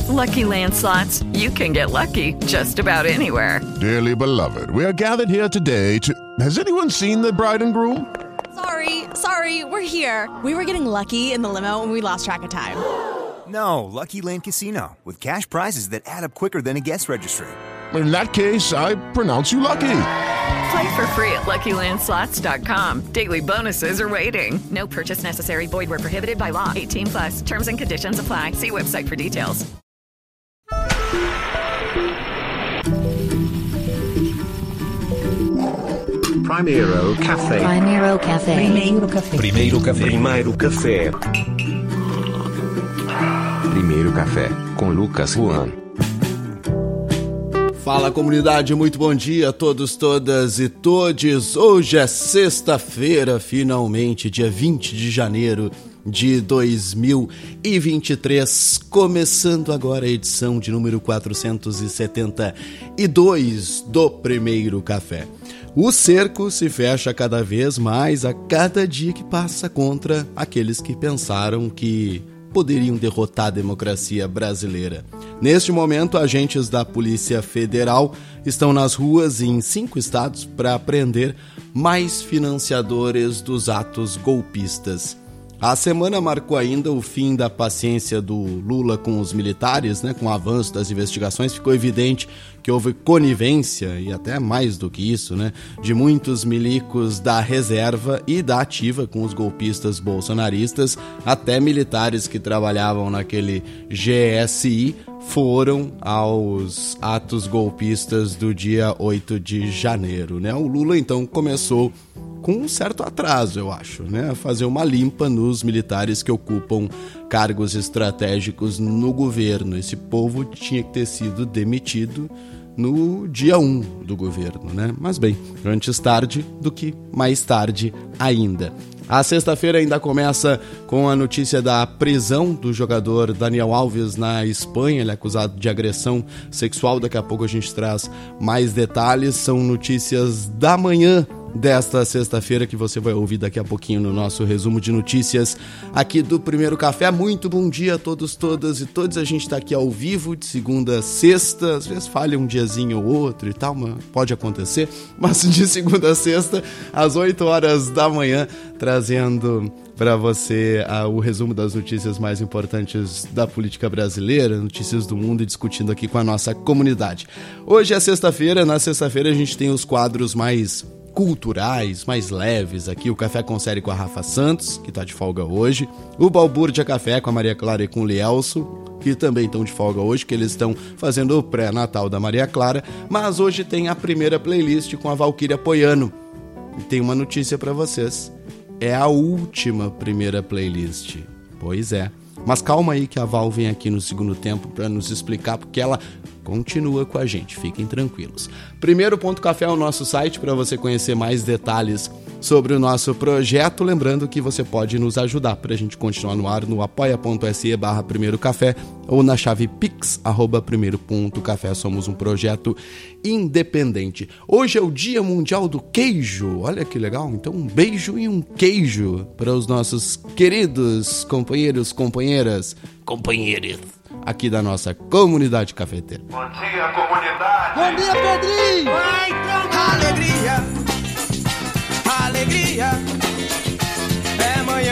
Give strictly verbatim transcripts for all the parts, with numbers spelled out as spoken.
Lucky Land Slots, you can get lucky just about anywhere. Dearly beloved, we are gathered here today to... Has anyone seen the bride and groom? Sorry, sorry, we're here. We were getting lucky in the limo and we lost track of time. No, Lucky Land Casino, with cash prizes that add up quicker than a guest registry. In that case, I pronounce you lucky. Play for free at Lucky Land Slots dot com. Daily bonuses are waiting. No purchase necessary. Void where prohibited by law. eighteen plus. Terms and conditions apply. See website for details. Primeiro Café. Primeiro Café. Primeiro Café. Primeiro Café. Primeiro Café. Primeiro Café, com Lucas Juan. Fala, comunidade, muito bom dia a todos, todas e todes. Hoje é sexta-feira, finalmente, dia vinte de janeiro de dois mil e vinte e três, começando agora a edição de número quatrocentos e setenta e dois do Primeiro Café. O cerco se fecha cada vez mais a cada dia que passa contra aqueles que pensaram que poderiam derrotar a democracia brasileira. Neste momento, agentes da Polícia Federal estão nas ruas em cinco estados para prender mais financiadores dos atos golpistas. A semana marcou ainda o fim da paciência do Lula com os militares, né? Com o avanço das investigações, ficou evidente que houve conivência, e até mais do que isso, né? De muitos milicos da reserva e da ativa com os golpistas bolsonaristas, até militares que trabalhavam naquele G S I foram aos atos golpistas do dia oito de janeiro, né? O Lula, então, começou com um certo atraso, eu acho, né? A fazer uma limpa nos militares que ocupam cargos estratégicos no governo. Esse povo tinha que ter sido demitido no dia um do governo, né? Mas bem, antes tarde do que mais tarde ainda. A sexta-feira ainda começa com a notícia da prisão do jogador Daniel Alves na Espanha. Ele é acusado de agressão sexual. Daqui a pouco a gente traz mais detalhes. São notícias da manhã desta sexta-feira que você vai ouvir daqui a pouquinho no nosso resumo de notícias aqui do Primeiro Café. Muito bom dia a todos, todas e todos. A gente está aqui ao vivo de segunda a sexta. Às vezes falha um diazinho ou outro e tal, mas pode acontecer. Mas de segunda a sexta, às oito horas da manhã, trazendo para você uh, o resumo das notícias mais importantes da política brasileira, notícias do mundo, e discutindo aqui com a nossa comunidade. Hoje é sexta-feira. Na sexta-feira a gente tem os quadros mais culturais, mais leves aqui, o Café com Série com a Rafa Santos, que tá de folga hoje, o Balbúrdia Café com a Maria Clara e com o Lielso, que também estão de folga hoje, que eles estão fazendo o pré-natal da Maria Clara, mas hoje tem a primeira playlist com a Valquíria Poiano. E tem uma notícia para vocês, é a última primeira playlist, pois é. Mas calma aí que a Val vem aqui no segundo tempo para nos explicar, porque ela continua com a gente, fiquem tranquilos. Primeiro Ponto Café é o nosso site para você conhecer mais detalhes sobre o nosso projeto. Lembrando que você pode nos ajudar para a gente continuar no ar no apoia.se barra Primeiro Café ou na chave pix, arroba primeiro ponto café. Somos um projeto independente. Hoje é o Dia Mundial do Queijo. Olha que legal. Então um beijo e um queijo para os nossos queridos companheiros, companheiras, companheiros aqui da nossa comunidade cafeteira. Bom dia, comunidade! Bom dia, Pedrinho! Vai, alegria, alegria, é manhã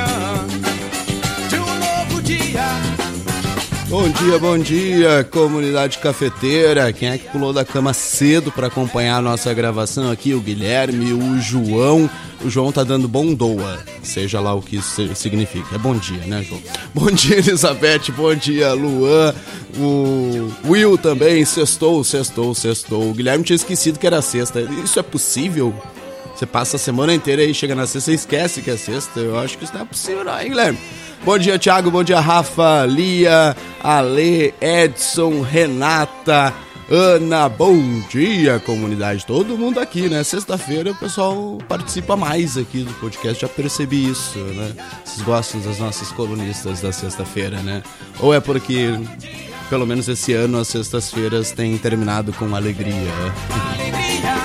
de um novo dia. Bom dia, bom dia, comunidade cafeteira. Quem é que pulou da cama cedo para acompanhar a nossa gravação aqui? O Guilherme, o João. O João tá dando bom doa, seja lá o que isso significa. É bom dia, né, João? Bom dia, Elizabeth. Bom dia, Luan. O Will também. Sextou, sextou, sextou. O Guilherme tinha esquecido que era sexta. Isso é possível? Você passa a semana inteira aí, chega na sexta e esquece que é sexta. Eu acho que isso não é possível, não, hein, Guilherme? Bom dia, Thiago. Bom dia, Rafa, Lia, Ale, Edson, Renata, Ana. Bom dia, comunidade. Todo mundo aqui, né? Sexta-feira o pessoal participa mais aqui do podcast. Já percebi isso, né? Vocês gostam das nossas colunistas da sexta-feira, né? Ou é porque, pelo menos esse ano, as sextas-feiras têm terminado com alegria. Alegria,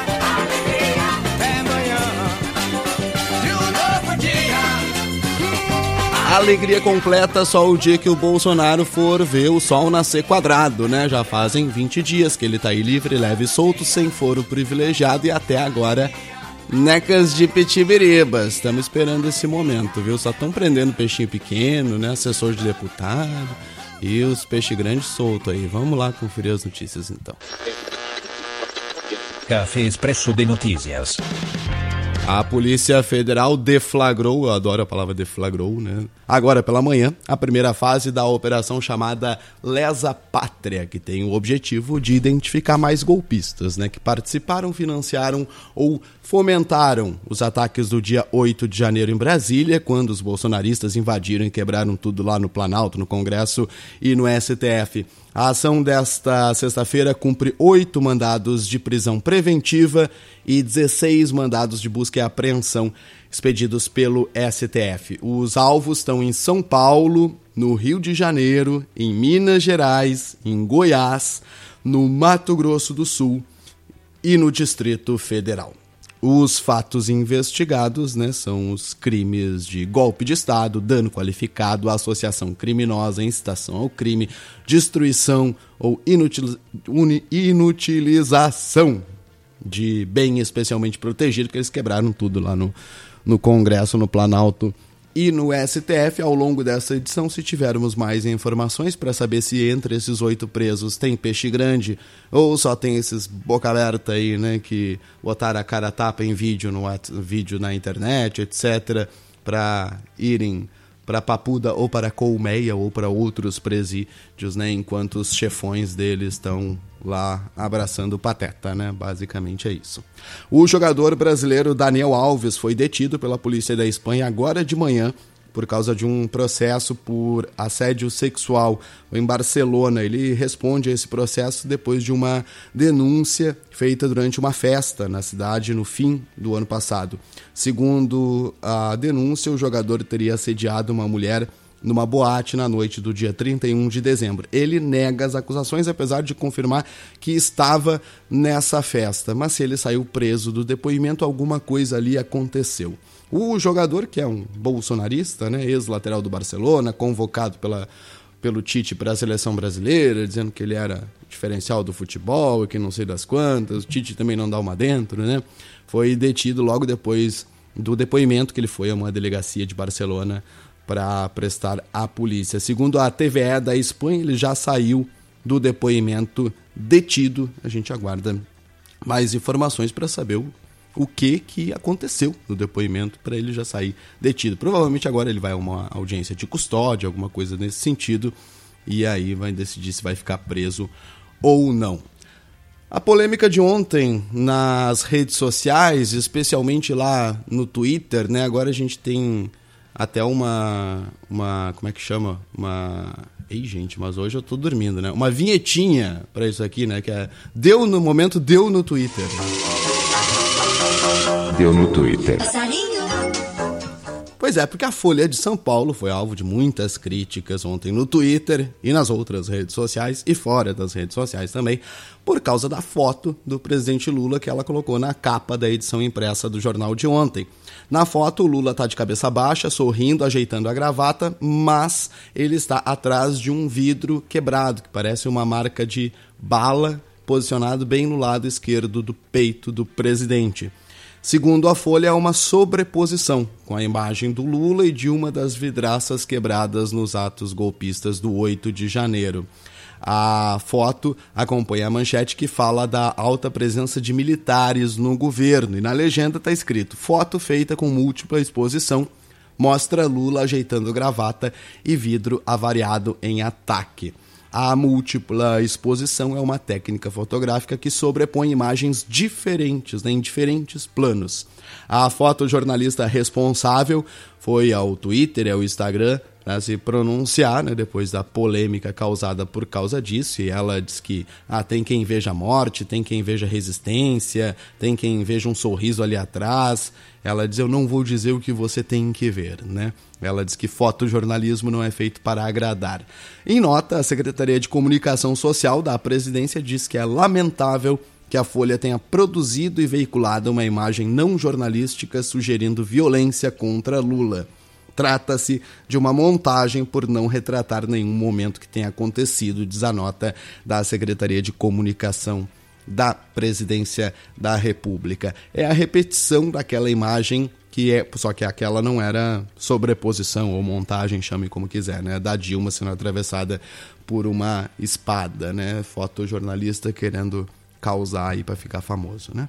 alegria, é manhã de um novo dia. Alegria completa só o dia que o Bolsonaro for ver o sol nascer quadrado, né? Já fazem vinte dias que ele tá aí livre, leve e solto, sem foro privilegiado e até agora necas de pitibiribas. Estamos esperando esse momento, viu? Só estão prendendo peixinho pequeno, né? Assessor de deputado e os peixes grandes soltos aí. Vamos lá conferir as notícias então. Café Expresso de Notícias. A Polícia Federal deflagrou, eu adoro a palavra deflagrou, né? Agora pela manhã, a primeira fase da operação chamada Lesa Pátria, que tem o objetivo de identificar mais golpistas, né? Que participaram, financiaram ou fomentaram os ataques do dia oito de janeiro em Brasília, quando os bolsonaristas invadiram e quebraram tudo lá no Planalto, no Congresso e no S T F. A ação desta sexta-feira cumpre oito mandados de prisão preventiva e dezesseis mandados de busca e apreensão expedidos pelo S T F. Os alvos estão em São Paulo, no Rio de Janeiro, em Minas Gerais, em Goiás, no Mato Grosso do Sul e no Distrito Federal. Os fatos investigados, né, são os crimes de golpe de Estado, dano qualificado, associação criminosa, incitação ao crime, destruição ou inutil, inutilização de bem especialmente protegido, que eles quebraram tudo lá no, no Congresso, no Planalto e no S T F. Ao longo dessa edição, se tivermos mais informações para saber se entre esses oito presos tem peixe grande ou só tem esses boca aberta aí, né, que botaram a cara a tapa em vídeo, no vídeo na internet, etcétera, para irem para Papuda ou para Colmeia ou para outros presídios, né, enquanto os chefões deles estão lá abraçando o pateta, né? Basicamente é isso. O jogador brasileiro Daniel Alves foi detido pela polícia da Espanha agora de manhã por causa de um processo por assédio sexual em Barcelona. Ele responde a esse processo depois de uma denúncia feita durante uma festa na cidade no fim do ano passado. Segundo a denúncia, o jogador teria assediado uma mulher numa boate na noite do dia trinta e um de dezembro. Ele nega as acusações, apesar de confirmar que estava nessa festa. Mas se ele saiu preso do depoimento, alguma coisa ali aconteceu. O jogador, que é um bolsonarista, né, ex-lateral do Barcelona, convocado pela, pelo Tite para a seleção brasileira, dizendo que ele era diferencial do futebol e que não sei das quantas, o Tite também não dá uma dentro, né, foi detido logo depois do depoimento que ele foi a uma delegacia de Barcelona para prestar à polícia. Segundo a T V E da Espanha, ele já saiu do depoimento detido. A gente aguarda mais informações para saber o, o que, que aconteceu no depoimento para ele já sair detido. Provavelmente agora ele vai a uma audiência de custódia, alguma coisa nesse sentido, e aí vai decidir se vai ficar preso ou não. A polêmica de ontem nas redes sociais, especialmente lá no Twitter, né? Agora a gente tem até uma, uma, como é que chama? Uma, ei gente, mas hoje eu tô dormindo, né? Uma vinhetinha pra isso aqui, né? Que é, deu no momento, deu no Twitter. Deu no Twitter. Pois é, porque a Folha de São Paulo foi alvo de muitas críticas ontem no Twitter e nas outras redes sociais e fora das redes sociais também, por causa da foto do presidente Lula que ela colocou na capa da edição impressa do jornal de ontem. Na foto, o Lula está de cabeça baixa, sorrindo, ajeitando a gravata, mas ele está atrás de um vidro quebrado, que parece uma marca de bala, posicionado bem no lado esquerdo do peito do presidente. Segundo a Folha, é uma sobreposição com a imagem do Lula e de uma das vidraças quebradas nos atos golpistas do oito de janeiro. A foto acompanha a manchete que fala da alta presença de militares no governo. E na legenda está escrito: foto feita com múltipla exposição, mostra Lula ajeitando gravata e vidro avariado em ataque. A múltipla exposição é uma técnica fotográfica que sobrepõe imagens diferentes, né, em diferentes planos. A fotojornalista responsável foi ao Twitter e ao Instagram para se pronunciar, né, depois da polêmica causada por causa disso, e ela diz que ah, tem quem veja morte, tem quem veja resistência, tem quem veja um sorriso ali atrás. Ela diz: eu não vou dizer o que você tem que ver, né? Ela diz que fotojornalismo não é feito para agradar. Em nota, a Secretaria de Comunicação Social da Presidência diz que é lamentável que a Folha tenha produzido e veiculado uma imagem não jornalística sugerindo violência contra Lula. Trata-se de uma montagem por não retratar nenhum momento que tenha acontecido, diz a nota da Secretaria de Comunicação da Presidência da República. É a repetição daquela imagem que é, só que aquela não era sobreposição ou montagem, chame como quiser, né, da Dilma sendo atravessada por uma espada, né, fotojornalista querendo causar aí para ficar famoso, né.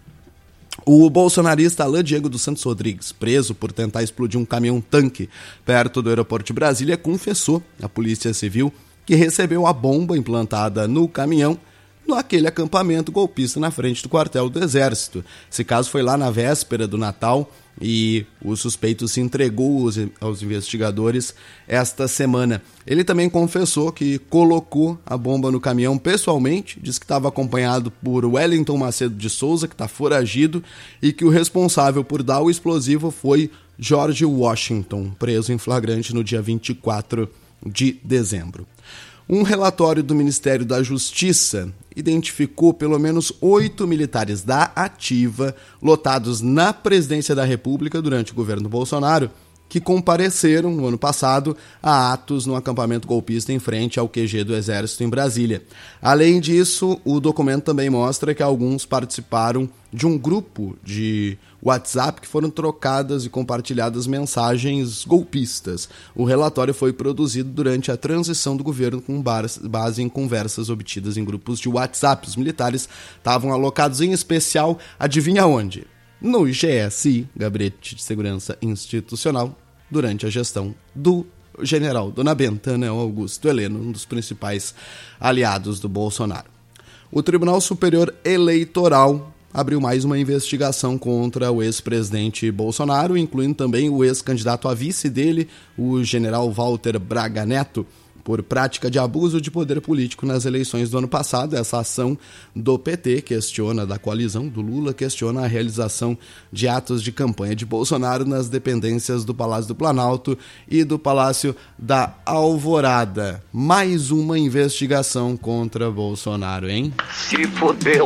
O bolsonarista Alain Diego dos Santos Rodrigues, preso por tentar explodir um caminhão-tanque perto do aeroporto de Brasília, confessou à Polícia Civil que recebeu a bomba implantada no caminhão naquele acampamento golpista na frente do quartel do Exército. Esse caso foi lá na véspera do Natal e o suspeito se entregou aos, aos investigadores esta semana. Ele também confessou que colocou a bomba no caminhão pessoalmente, disse que estava acompanhado por Wellington Macedo de Souza, que está foragido, e que o responsável por dar o explosivo foi George Washington, preso em flagrante no dia vinte e quatro de dezembro. Um relatório do Ministério da Justiça identificou pelo menos oito militares da ativa lotados na Presidência da República durante o governo Bolsonaro que compareceram no ano passado a atos no acampamento golpista em frente ao Q G do Exército em Brasília. Além disso, o documento também mostra que alguns participaram de um grupo de WhatsApp que foram trocadas e compartilhadas mensagens golpistas. O relatório foi produzido durante a transição do governo com base em conversas obtidas em grupos de WhatsApp. Os militares estavam alocados em especial, adivinha onde? No G S I, Gabinete de Segurança Institucional, durante a gestão do general Dona Benta, né, Augusto Heleno, um dos principais aliados do Bolsonaro. O Tribunal Superior Eleitoral abriu mais uma investigação contra o ex-presidente Bolsonaro, incluindo também o ex-candidato a vice dele, o general Walter Braga Neto, por prática de abuso de poder político nas eleições do ano passado. Essa ação do P T questiona, da coalizão do Lula, questiona a realização de atos de campanha de Bolsonaro nas dependências do Palácio do Planalto e do Palácio da Alvorada. Mais uma investigação contra Bolsonaro, hein? Se fodeu.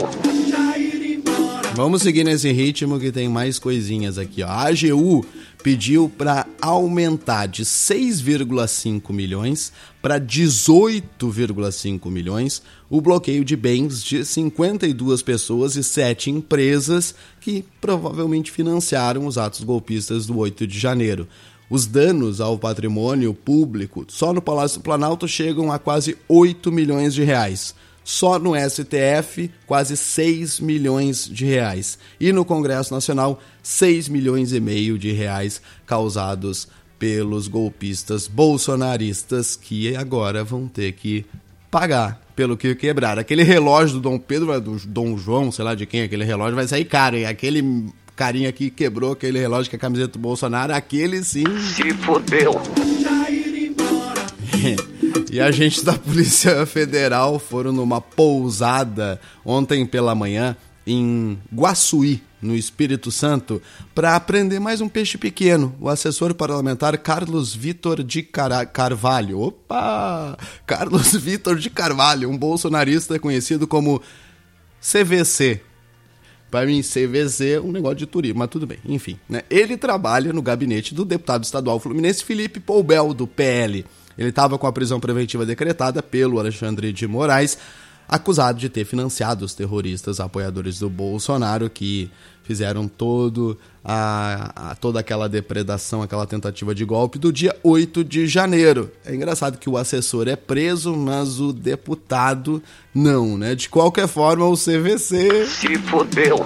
Vamos seguir nesse ritmo que tem mais coisinhas aqui, ó. A AGU pediu para aumentar de seis vírgula cinco milhões para dezoito vírgula cinco milhões o bloqueio de bens de cinquenta e duas pessoas e sete empresas que provavelmente financiaram os atos golpistas do oito de janeiro. Os danos ao patrimônio público só no Palácio do Planalto chegam a quase oito milhões de reais. Só no S T F, quase seis milhões de reais. E no Congresso Nacional, seis milhões e meio de reais causados pelos golpistas bolsonaristas que agora vão ter que pagar pelo que quebraram. Aquele relógio do Dom Pedro, do Dom João, sei lá de quem, aquele relógio vai sair caro, hein? Aquele carinha que quebrou aquele relógio que é a camiseta do Bolsonaro, aquele sim... Se fodeu. E agentes da Polícia Federal foram numa pousada ontem pela manhã em Guaçuí, no Espírito Santo, para apreender mais um peixe pequeno. O assessor parlamentar Carlos Vitor de Car- Carvalho. Opa! Carlos Vitor de Carvalho, um bolsonarista conhecido como C V C. Para mim, C V C é um negócio de turismo, mas tudo bem. Enfim, né? Ele trabalha no gabinete do deputado estadual fluminense Felipe Poubel, do P L. Ele estava com a prisão preventiva decretada pelo Alexandre de Moraes, acusado de ter financiado os terroristas apoiadores do Bolsonaro, que fizeram todo a, a, toda aquela depredação, aquela tentativa de golpe do dia oito de janeiro. É engraçado que o assessor é preso, mas o deputado não, né? De qualquer forma, o C V C... Se fodeu.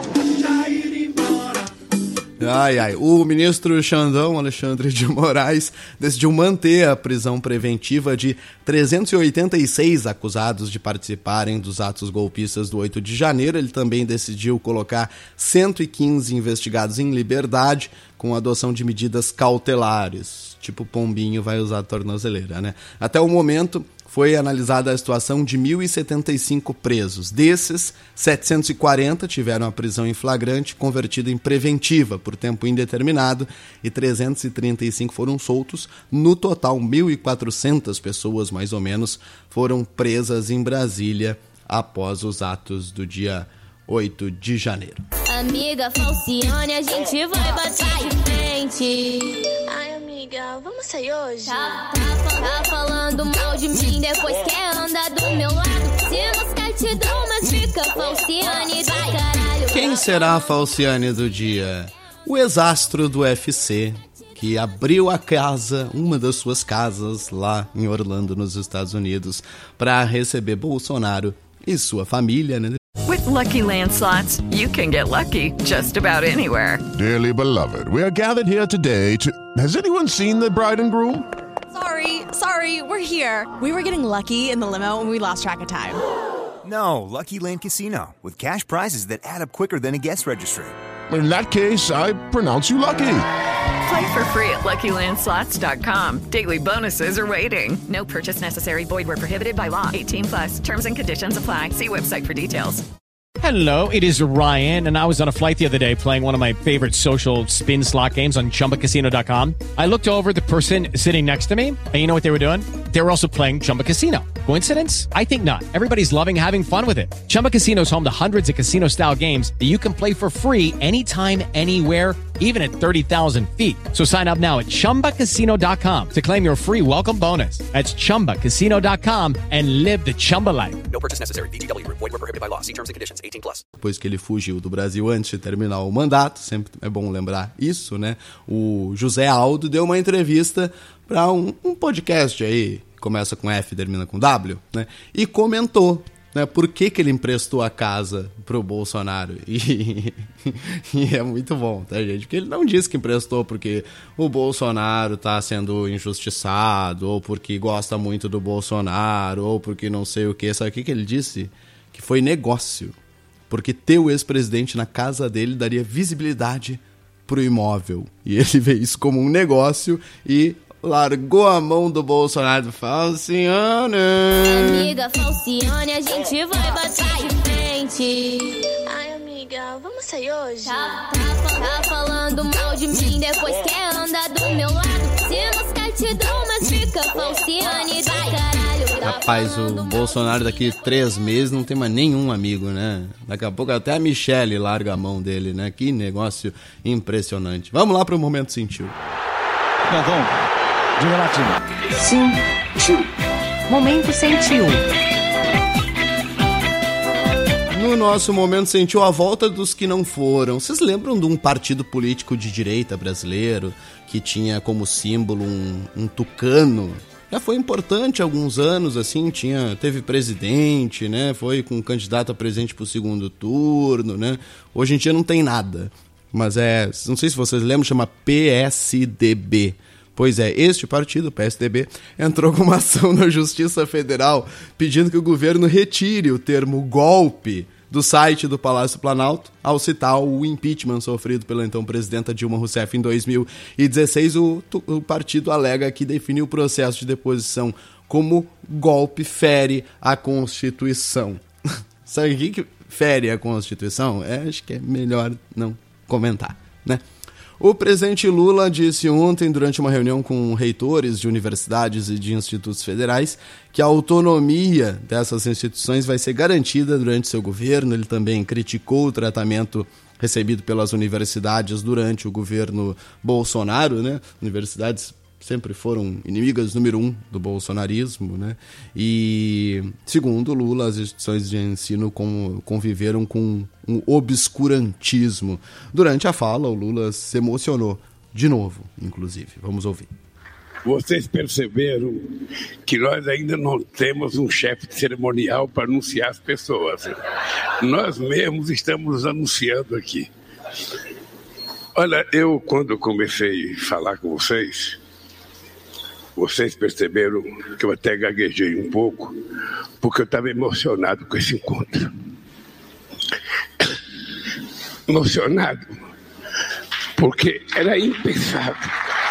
Ai, ai. O ministro Xandão, Alexandre de Moraes, decidiu manter a prisão preventiva de trezentos e oitenta e seis acusados de participarem dos atos golpistas do oito de janeiro. Ele também decidiu colocar cento e quinze investigados em liberdade com a adoção de medidas cautelares. Tipo Pombinho vai usar a tornozeleira, né? Até o momento... foi analisada a situação de mil e setenta e cinco presos. Desses, setecentos e quarenta tiveram a prisão em flagrante convertida em preventiva por tempo indeterminado e trezentos e trinta e cinco foram soltos. No total, mil e quatrocentas pessoas, mais ou menos, foram presas em Brasília após os atos do dia oito de janeiro. Amiga Falciane, a gente vai bater de frente. Ai, amiga. amiga, vamos sair hoje? Tá, tá, tá falando mal de mim, depois quer andar do meu lado. Se nos quer te dou, mas fica falciane do caralho. Quem será a falciane do dia? O ex-astro do U F C, que abriu a casa, uma das suas casas lá em Orlando, nos Estados Unidos, para receber Bolsonaro e sua família, né? With Lucky Land Slots, you can get lucky just about anywhere. Dearly beloved, we are gathered here today to... Has anyone seen the bride and groom? Sorry, sorry, we're here. We were getting lucky in the limo and we lost track of time. No, Lucky Land Casino, with cash prizes that add up quicker than a guest registry. In that case, I pronounce you lucky. Play for free at lucky land slots dot com. Daily bonuses are waiting. No purchase necessary. Void where prohibited by law. eighteen plus. Terms and conditions apply. See website for details. Hello, it is Ryan, and I was on a flight the other day playing one of my favorite social spin slot games on chumba casino dot com. I looked over at the person sitting next to me, and you know what they were doing? They were also playing Chumba Casino. Coincidence? I think not. Everybody's loving having fun with it. Chumba Casino is home to hundreds of casino-style games that you can play for free anytime, anywhere, even at thirty thousand feet. So sign up now at chumba casino dot com to claim your free welcome bonus. That's chumba casino dot com and live the Chumba life. No purchase necessary. V G W. Void where prohibited by law. See terms and conditions. eighteen plus. Depois que ele fugiu do Brasil antes de terminar o mandato, sempre é bom lembrar isso, né? O José Aldo deu uma entrevista para um, um podcast aí, começa com F e termina com W, né? E comentou, né, por que que ele emprestou a casa pro Bolsonaro. E, e é muito bom, tá, gente? Porque ele não disse que emprestou porque o Bolsonaro tá sendo injustiçado, ou porque gosta muito do Bolsonaro, ou porque não sei o que. Sabe o que que ele disse? Que foi negócio. Porque ter o ex-presidente na casa dele daria visibilidade pro imóvel. E ele vê isso como um negócio e largou a mão do Bolsonaro. Falciane. Amiga Falciane, a gente vai bater de frente. Ai, amiga, vamos sair hoje? Tá, tá, tá falando mal de mim, depois quer andar do meu lado. Se nos quer te dou, mas fica falciane do caralho. Rapaz, o Bolsonaro daqui três meses não tem mais nenhum amigo, né? Daqui a pouco até a Michelle larga a mão dele, né? Que negócio impressionante. Vamos lá pro Momento Sentiu. Galvão, diga lá, Tim. Sentiu. Momento Sentiu. No nosso Momento Sentiu, a volta dos que não foram. Vocês lembram de um partido político de direita brasileiro que tinha como símbolo um, um tucano? Já foi importante há alguns anos, assim, tinha, teve presidente, né? Foi com candidato a presidente pro segundo turno, né? Hoje em dia não tem nada. Mas é, não sei se vocês lembram, chama P S D B. Pois é, este partido, o P S D B, entrou com uma ação na Justiça Federal pedindo que o governo retire o termo golpe do site do Palácio Planalto, ao citar o impeachment sofrido pela então presidenta Dilma Rousseff em dois mil e dezesseis. O, o partido alega que definiu o processo de deposição como golpe fere a Constituição. Sabe o que fere a Constituição? É, acho que é melhor não comentar, né? O presidente Lula disse ontem, durante uma reunião com reitores de universidades e de institutos federais, que a autonomia dessas instituições vai ser garantida durante seu governo. Ele também criticou o tratamento recebido pelas universidades durante o governo Bolsonaro, né? Universidades sempre foram inimigas número um do bolsonarismo, né? E, segundo Lula, as instituições de ensino conviveram com um obscurantismo. Durante a fala, o Lula se emocionou de novo, inclusive. Vamos ouvir. Vocês perceberam que nós ainda não temos um chefe cerimonial para anunciar as pessoas. Nós mesmos estamos anunciando aqui. Olha, eu, quando comecei a falar com vocês, vocês perceberam que eu até gaguejei um pouco, porque eu estava emocionado com esse encontro. Emocionado, porque era impensável.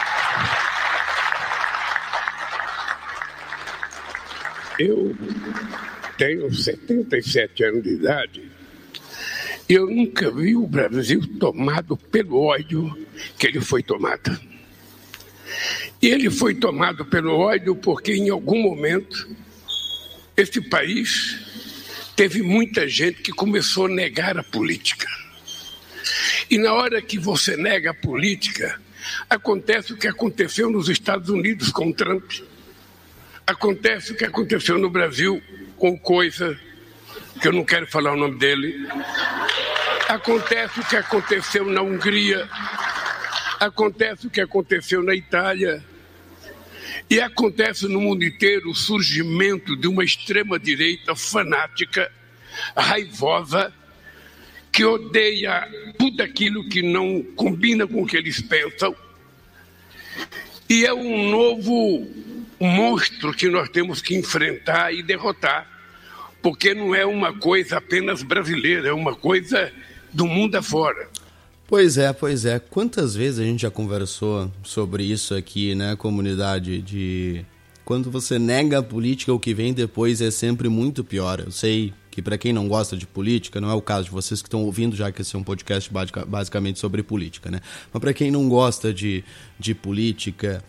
Eu tenho setenta e sete anos de idade e eu nunca vi o Brasil tomado pelo ódio que ele foi tomado. E ele foi tomado pelo ódio porque, em algum momento, esse país teve muita gente que começou a negar a política. E na hora que você nega a política, Acontece o que aconteceu nos Estados Unidos com o Trump. Acontece o que aconteceu no Brasil com coisa, que eu não quero falar o nome dele. Acontece o que aconteceu na Hungria. Acontece o que aconteceu na Itália. E acontece no mundo inteiro o surgimento de uma extrema-direita fanática, raivosa, que odeia tudo aquilo que não combina com o que eles pensam. E é um novo monstro que nós temos que enfrentar e derrotar, porque não é uma coisa apenas brasileira, é uma coisa do mundo afora. Pois é, pois é. Quantas vezes a gente já conversou sobre isso aqui, né, comunidade, de quando você nega a política, o que vem depois é sempre muito pior. Eu sei que para quem não gosta de política, não é o caso de vocês que estão ouvindo, já que esse é um podcast basicamente sobre política, né? Mas para quem não gosta de, de política,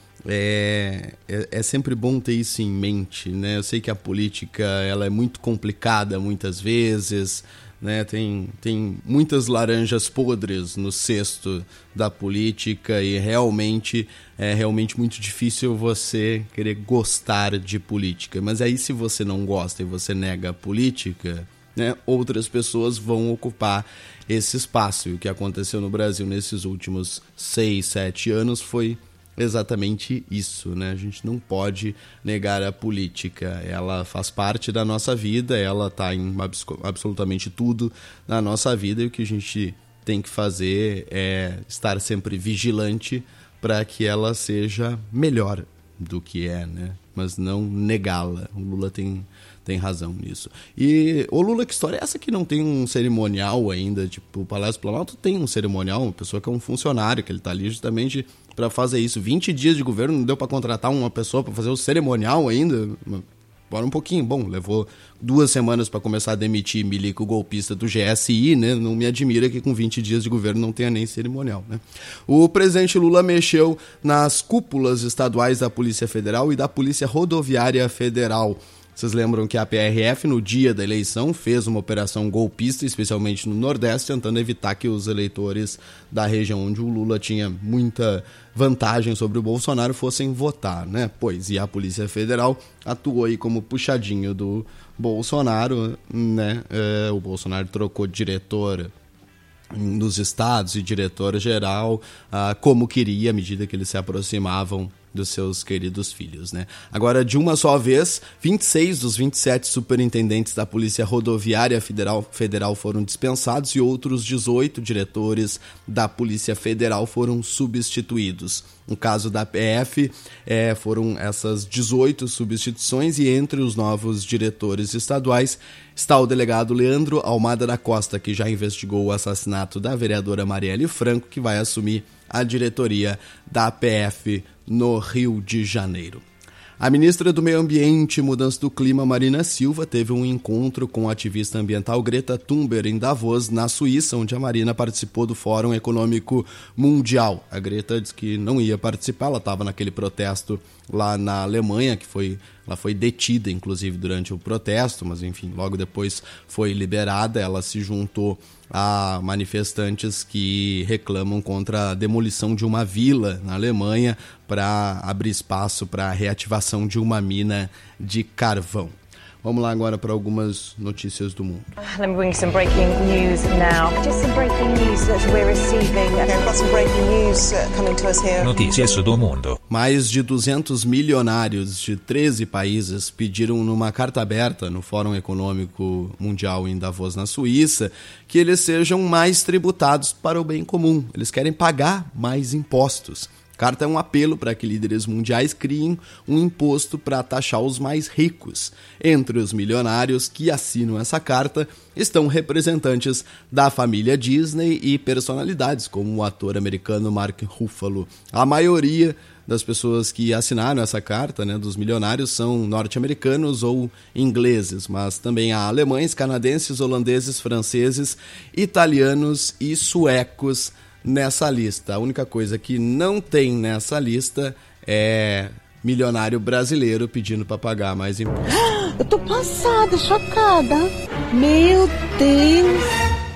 é, é, é sempre bom ter isso em mente, né? Eu sei que a política ela é muito complicada muitas vezes, né? Tem, tem muitas laranjas podres no cesto da política e realmente é realmente muito difícil você querer gostar de política. Mas aí se você não gosta e você nega a política, né, outras pessoas vão ocupar esse espaço. E o que aconteceu no Brasil nesses últimos seis, sete anos foi exatamente isso, né? A gente não pode negar a política, ela faz parte da nossa vida, ela está em absolutamente tudo na nossa vida e o que a gente tem que fazer é estar sempre vigilante para que ela seja melhor do que é, né? Mas não negá-la. O Lula tem, tem razão nisso. E, ô Lula, que história é essa que não tem um cerimonial ainda? Tipo, o Palácio Planalto tem um cerimonial, uma pessoa que é um funcionário, que ele está ali justamente para fazer isso. vinte dias de governo, não deu para contratar uma pessoa para fazer o cerimonial ainda? Bora um pouquinho. Bom, levou duas semanas para começar a demitir milico golpista do G S I, né? Não me admira que com vinte dias de governo não tenha nem cerimonial, né? O presidente Lula mexeu nas cúpulas estaduais da Polícia Federal e da Polícia Rodoviária Federal. Vocês lembram que a P R F, no dia da eleição, fez uma operação golpista, especialmente no Nordeste, tentando evitar que os eleitores da região onde o Lula tinha muita vantagem sobre o Bolsonaro fossem votar, né? Pois, e a Polícia Federal atuou aí como puxadinho do Bolsonaro, né? É, o Bolsonaro trocou diretor nos estados e diretor-geral ah, como queria, à medida que eles se aproximavam dos seus queridos filhos, né? Agora, de uma só vez, vinte e seis dos vinte e sete superintendentes da Polícia Rodoviária Federal, Federal foram dispensados e outros dezoito diretores da Polícia Federal foram substituídos. No caso da P F, é, foram essas dezoito substituições e entre os novos diretores estaduais está o delegado Leandro Almada da Costa, que já investigou o assassinato da vereadora Marielle Franco, que vai assumir a diretoria da P F no Rio de Janeiro. A ministra do Meio Ambiente e Mudança do Clima, Marina Silva, teve um encontro com a ativista ambiental Greta Thunberg em Davos, na Suíça, onde a Marina participou do Fórum Econômico Mundial. A Greta disse que não ia participar, ela estava naquele protesto lá na Alemanha, que foi, ela foi detida, inclusive, durante o protesto, mas, enfim, logo depois foi liberada. Ela se juntou a manifestantes que reclamam contra a demolição de uma vila na Alemanha para abrir espaço para a reativação de uma mina de carvão. Vamos lá agora para algumas notícias do mundo. Let me bring you some breaking news now. Just some breaking news that we're receiving. We've got some breaking news coming to us here. Notícias do mundo. Mais de duzentos milionários de treze países pediram numa carta aberta no Fórum Econômico Mundial em Davos, na Suíça, que eles sejam mais tributados para o bem comum. Eles querem pagar mais impostos. A carta é um apelo para que líderes mundiais criem um imposto para taxar os mais ricos. Entre os milionários que assinam essa carta estão representantes da família Disney e personalidades como o ator americano Mark Ruffalo. A maioria das pessoas que assinaram essa carta, né, dos milionários, são norte-americanos ou ingleses, mas também há alemães, canadenses, holandeses, franceses, italianos e suecos nessa lista. A única coisa que não tem nessa lista é milionário brasileiro pedindo para pagar mais impostos. Eu tô passada, chocada. Meu Deus!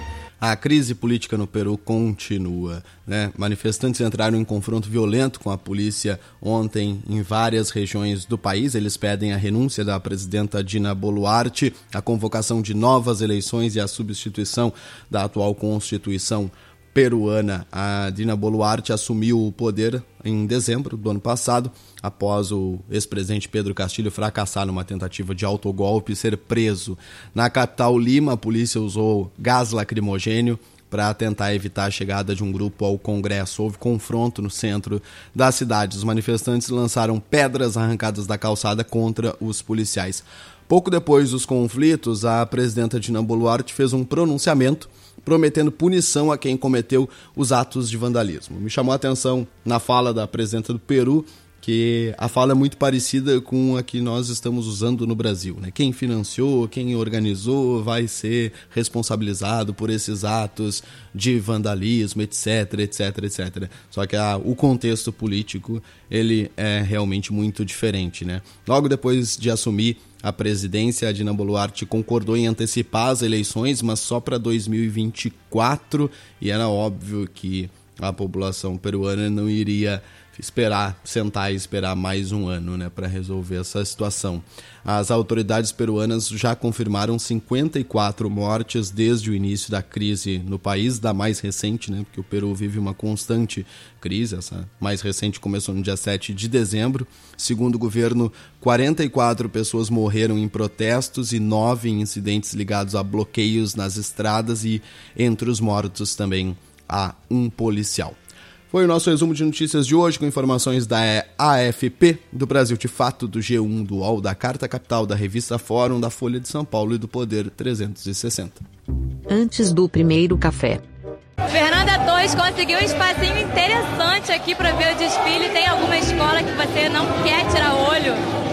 A crise política no Peru continua, né? Manifestantes entraram em confronto violento com a polícia ontem em várias regiões do país. Eles pedem a renúncia da presidenta Dina Boluarte, a convocação de novas eleições e a substituição da atual Constituição peruana. A Dina Boluarte assumiu o poder em dezembro do ano passado, após o ex-presidente Pedro Castillo fracassar numa tentativa de autogolpe e ser preso. Na capital Lima, a polícia usou gás lacrimogênio para tentar evitar a chegada de um grupo ao Congresso. Houve confronto no centro da cidade. Os manifestantes lançaram pedras arrancadas da calçada contra os policiais. Pouco depois dos conflitos, a presidenta Dina Boluarte fez um pronunciamento prometendo punição a quem cometeu os atos de vandalismo. Me chamou a atenção na fala da presidenta do Peru que a fala é muito parecida com a que nós estamos usando no Brasil, né? Quem financiou, quem organizou vai ser responsabilizado por esses atos de vandalismo, etc, etc, etcétera. Só que a, o contexto político, ele é realmente muito diferente, né? Logo depois de assumir a presidência, a Dina Boluarte concordou em antecipar as eleições, mas só para dois mil e vinte e quatro, e era óbvio que a população peruana não iria esperar, sentar e esperar mais um ano, né, para resolver essa situação. As autoridades peruanas já confirmaram cinquenta e quatro mortes desde o início da crise no país, da mais recente, né, porque o Peru vive uma constante crise. Essa mais recente começou no dia sete de dezembro. Segundo o governo, quarenta e quatro pessoas morreram em protestos e nove em incidentes ligados a bloqueios nas estradas, e entre os mortos também há um policial. Foi o nosso resumo de notícias de hoje, com informações da A F P, do Brasil de Fato, do G um, do U O L, da Carta Capital, da Revista Fórum, da Folha de São Paulo e do Poder trezentos e sessenta. Antes do primeiro café. Fernanda Torres conseguiu um espacinho interessante aqui para ver o desfile. Tem alguma escola que você não quer tirar olho?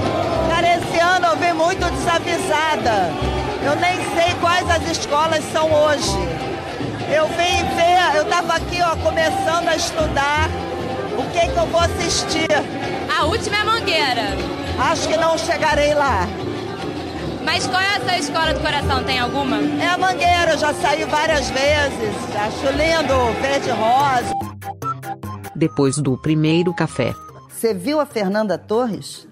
Cara, esse ano eu vim muito desavisada. Eu nem sei quais as escolas são hoje. Eu vim ver, eu tava aqui, ó, começando a estudar o que que eu vou assistir. A última é Mangueira. Acho que não chegarei lá. Mas qual é a sua escola do coração? Tem alguma? É a Mangueira, eu já saí várias vezes. Acho lindo, verde e rosa. Depois do primeiro café. Você viu a Fernanda Torres?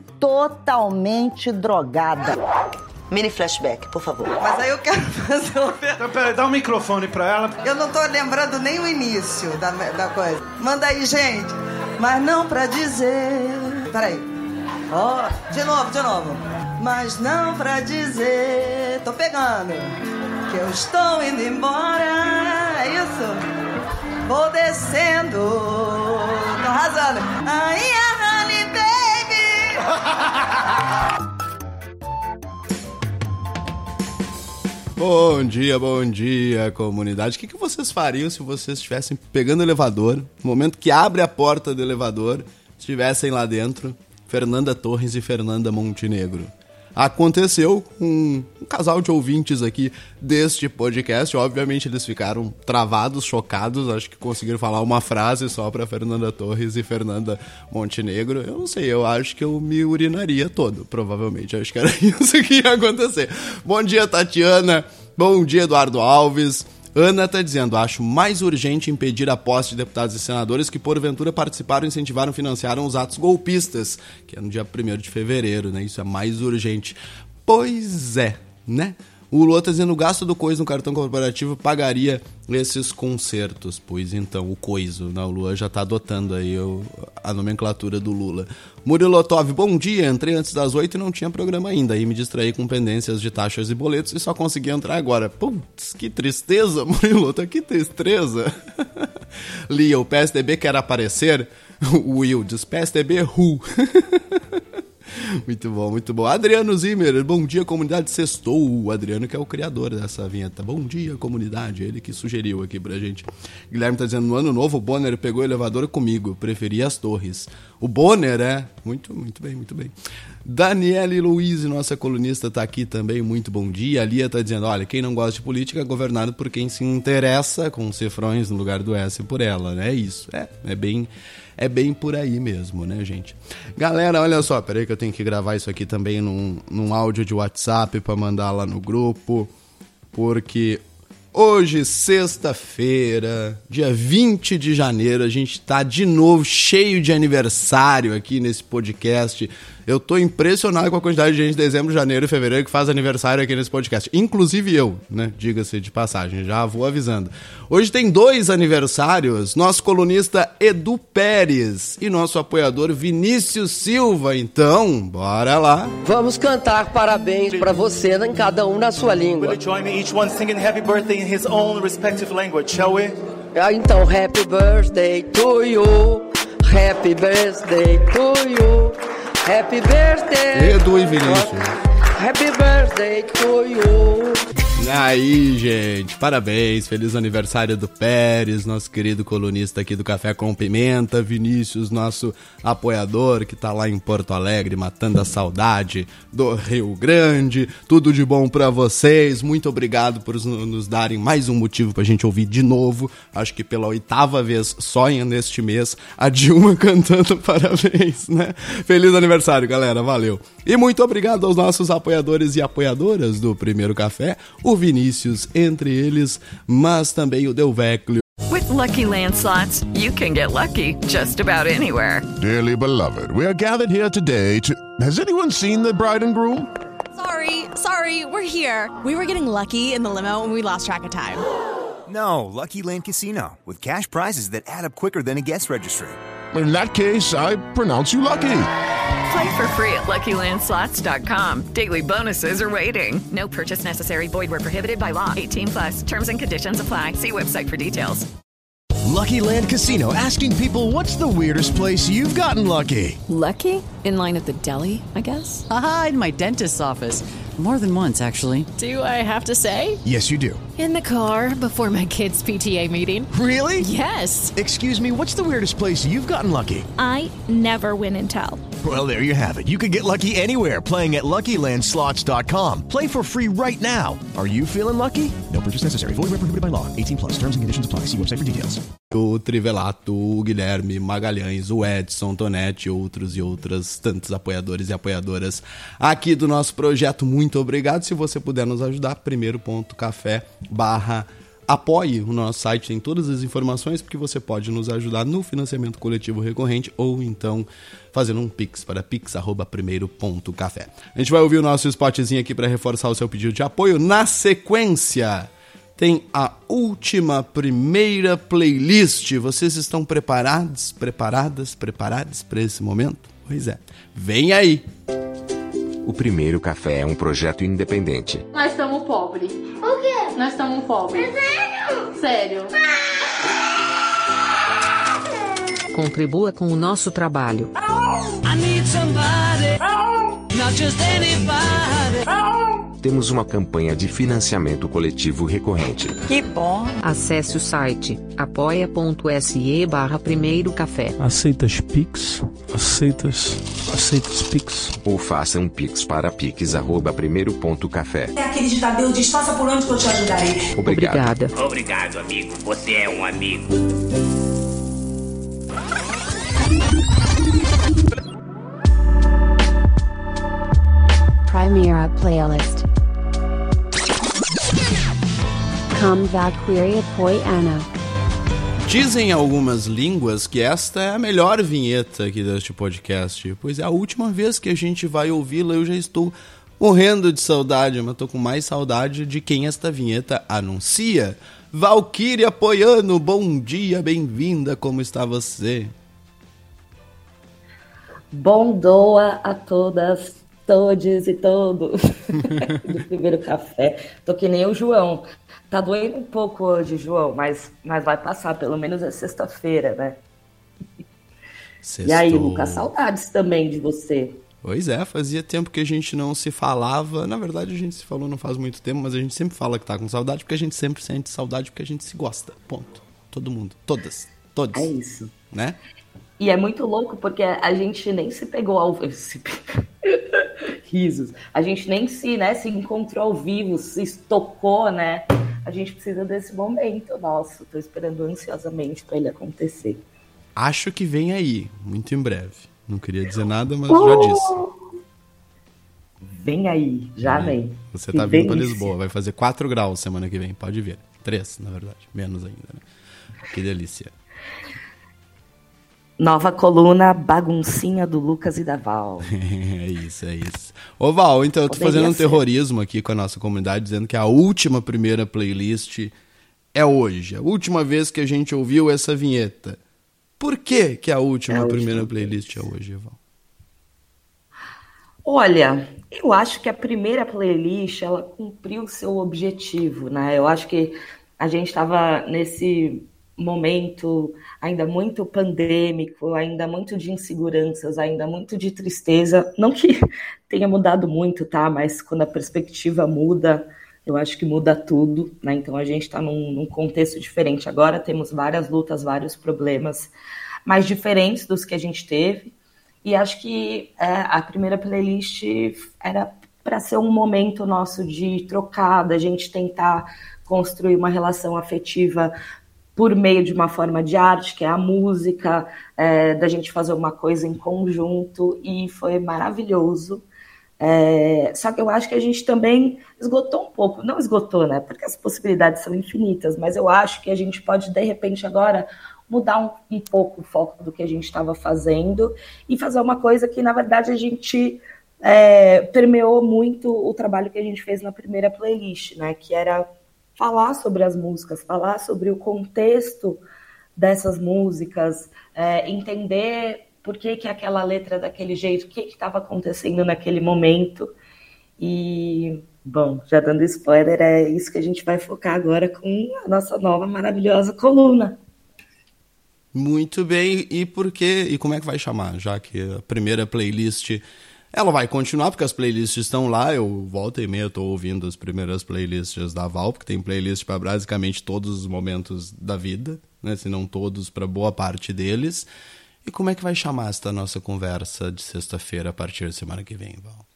Totalmente drogada. Mini flashback, por favor. Mas aí eu quero fazer uma... Então, peraí, dá um microfone pra ela. Eu não tô lembrando nem o início da, da coisa. Manda aí, gente. Mas não pra dizer... Peraí. Ó, oh, de novo, de novo. Mas não pra dizer... Tô pegando. Que eu estou indo embora. É isso? Vou descendo. Tô arrasando. Ai, honey, baby. Bom dia, bom dia, comunidade. O que, que vocês fariam se vocês estivessem pegando o elevador, no momento que abre a porta do elevador, estivessem lá dentro Fernanda Torres e Fernanda Montenegro? Aconteceu com um, um casal de ouvintes aqui deste podcast. Obviamente eles ficaram travados, chocados. Acho que conseguiram falar uma frase só para Fernanda Torres e Fernanda Montenegro. Eu não sei, eu acho que eu me urinaria todo, provavelmente. Acho que era isso que ia acontecer. Bom dia, Tatiana. Bom dia, Eduardo Alves. Ana está dizendo, acho mais urgente impedir a posse de deputados e senadores que porventura participaram, incentivaram, financiaram os atos golpistas, que é no dia primeiro de fevereiro, né? Isso é mais urgente. Pois é, né? O Lula está dizendo, o gasto do Coiso no cartão corporativo pagaria esses concertos. Pois então, o Coiso, né? O Lula já está adotando aí o, a nomenclatura do Lula. Murilo Otov, bom dia. Entrei antes das oito e não tinha programa ainda. Aí me distraí com pendências de taxas e boletos e só consegui entrar agora. Putz, que tristeza, Murilo, que tristeza. Lia, o P S D B quer aparecer? O Will diz, P S D B, who? Muito bom, muito bom. Adriano Zimmer, bom dia, comunidade Sextou. O Adriano que é o criador dessa vinheta. Bom dia, comunidade, ele que sugeriu aqui pra gente. Guilherme tá dizendo, no ano novo o Bonner pegou o elevador comigo, preferia as torres. O Bonner, é? Muito, muito bem, muito bem. Daniele Luiz, nossa colunista, tá aqui também, muito bom dia. A Lia tá dizendo, olha, quem não gosta de política é governado por quem se interessa, com cifrões no lugar do S por ela, né? É isso, é, é bem... É bem por aí mesmo, né, gente? Galera, olha só, peraí que eu tenho que gravar isso aqui também num, num áudio de WhatsApp pra mandar lá no grupo, porque Hoje, sexta-feira, dia vinte de janeiro, a gente tá de novo cheio de aniversário aqui nesse podcast. Eu tô impressionado com a quantidade de gente de dezembro, janeiro e fevereiro que faz aniversário aqui nesse podcast. Inclusive eu, né? Diga-se de passagem, já vou avisando. Hoje tem dois aniversários, nosso colunista Edu Pérez e nosso apoiador Vinícius Silva. Então, bora lá. Vamos cantar parabéns pra você, em cada um na sua língua. Will you join me, each one singing happy birthday in his own respective language, shall we? Ah, então, happy birthday to you, happy birthday to you, happy birthday. Edu e Vinícius. Happy birthday to you. Aí, gente, parabéns, feliz aniversário do Pérez, nosso querido colunista aqui do Café com Pimenta, Vinícius, nosso apoiador que tá lá em Porto Alegre, matando a saudade do Rio Grande, tudo de bom pra vocês, muito obrigado por nos darem mais um motivo pra gente ouvir de novo, acho que pela oitava vez só neste mês, a Dilma cantando parabéns, né? Feliz aniversário, galera, valeu! E muito obrigado aos nossos apoiadores e apoiadoras do Primeiro Café, o Vinícius entre eles, mas também o Delvecchio. With Lucky Land Slots, you can get lucky just about anywhere. Dearly beloved, we are gathered here today to... Has anyone seen the bride and groom? Sorry, sorry, we're here. We were getting lucky in the limo and we lost track of time. No, Lucky Land Casino, with cash prizes that add up quicker than a guest registry. In that case, I pronounce you lucky. Play for free at Lucky Land Slots dot com. Daily bonuses are waiting. No purchase necessary. Void where prohibited by law. eighteen plus. Terms and conditions apply. See website for details. Lucky Land Casino, asking people, what's the weirdest place you've gotten lucky? Lucky? In line at the deli, I guess? Aha, in my dentist's office. More than once, actually. Do I have to say? Yes, you do. In the car before my kids' P T A meeting. Really? Yes. Excuse me, what's the weirdest place you've gotten lucky? I never win and tell. Well, there you have it. You can get lucky anywhere, playing at Lucky Land Slots dot com. Play for free right now. Are you feeling lucky? No purchase necessary. Void where prohibited by law. eighteen plus. Terms and conditions apply. See website for details. O Trivelato, o Guilherme Magalhães, o Edson Tonetti, outros e outras tantos apoiadores e apoiadoras aqui do nosso projeto. Muito obrigado. Se você puder nos ajudar, primeiro ponto café barra apoie o nosso site, tem todas as informações, porque você pode nos ajudar no financiamento coletivo recorrente ou então fazendo um pix para pix arroba primeiro ponto café. A gente vai ouvir o nosso spotzinho aqui para reforçar o seu pedido de apoio. Na sequência, tem a última primeira playlist. Vocês estão preparados, preparadas, preparados para esse momento? Pois é, vem aí! O Primeiro Café é um projeto independente. Nós estamos pobres. O quê? Nós estamos pobres. É sério? Sério. Contribua com o nosso trabalho. I need somebody, not just anybody. Temos uma campanha de financiamento coletivo recorrente. Que bom! Acesse o site apoia.se barra Primeiro Café. Aceitas Pix? Aceitas... Aceitas Pix? Ou faça um Pix para pix arroba primeiro ponto café. É aquele ditado, Deus diz, faça por onde que eu te ajudarei. Obrigado. Obrigada. Obrigado, amigo. Você é um amigo. Primera Playlist. Come Valkyrie Poiana. Dizem algumas línguas que esta é a melhor vinheta aqui deste podcast, pois é a última vez que a gente vai ouvi-la. Eu já estou morrendo de saudade, mas estou com mais saudade de quem esta vinheta anuncia. Valkyria Poiano, bom dia, bem-vinda, como está você? Bom doa a todas, todes e todos do Primeiro Café. Tô que nem o João. Tá doendo um pouco hoje, João, mas, mas vai passar, pelo menos é sexta-feira, né? Sextou. E aí, Lucas, saudades também de você. Pois é, fazia tempo que a gente não se falava. Na verdade, a gente se falou não faz muito tempo, mas a gente sempre fala que tá com saudade, porque a gente sempre sente saudade, porque a gente se gosta. Ponto. Todo mundo. Todas. Todos. É isso. Né? E é muito louco, porque a gente nem se pegou ao vivo. Risos. A gente nem se, né, se encontrou ao vivo, se estocou, né? A gente precisa desse momento. Nossa, tô esperando ansiosamente para ele acontecer. Acho que vem aí, muito em breve. Não queria dizer nada, mas uh! já disse. Vem aí, já vem. Você tá vindo para Lisboa, vai fazer quatro graus semana que vem, pode ver. Três, na verdade. Menos ainda, né? Que delícia. Nova coluna Baguncinha do Lucas e da Val. É isso, é isso. Ô Val, então eu tô Poderia fazendo um ser. terrorismo aqui com a nossa comunidade, dizendo que a última primeira playlist é hoje. A última vez que a gente ouviu essa vinheta. Por que que a última É a primeira última playlist é hoje, Val? Olha, eu acho que a primeira playlist, ela cumpriu o seu objetivo, né? Eu acho que a gente estava nesse momento ainda muito pandêmico, ainda muito de inseguranças, ainda muito de tristeza. Não que tenha mudado muito, tá? Mas quando a perspectiva muda, eu acho que muda tudo, né? Então a gente está num, num contexto diferente. Agora temos várias lutas, vários problemas mais diferentes dos que a gente teve. E acho que é, a primeira playlist era para ser um momento nosso de trocar, da gente tentar construir uma relação afetiva por meio de uma forma de arte, que é a música, é, da gente fazer uma coisa em conjunto, e foi maravilhoso. É, só que eu acho que a gente também esgotou um pouco, não esgotou, né? Porque as possibilidades são infinitas, mas eu acho que a gente pode, de repente, agora mudar um, um pouco o foco do que a gente estava fazendo e fazer uma coisa que, na verdade, a gente é, permeou muito o trabalho que a gente fez na primeira playlist, né? Que era falar sobre as músicas, falar sobre o contexto dessas músicas, é, entender por que, que aquela letra é daquele jeito, o que estava acontecendo naquele momento. E, bom, já dando spoiler, é isso que a gente vai focar agora com a nossa nova maravilhosa coluna. Muito bem, e por quê? E como é que vai chamar? Já que a primeira playlist, ela vai continuar, porque as playlists estão lá, eu volta e meia eu tô ouvindo as primeiras playlists da Val, porque tem playlist para basicamente todos os momentos da vida, né? Se não todos, para boa parte deles. E como é que vai chamar esta nossa conversa de sexta-feira a partir da semana que vem, Val?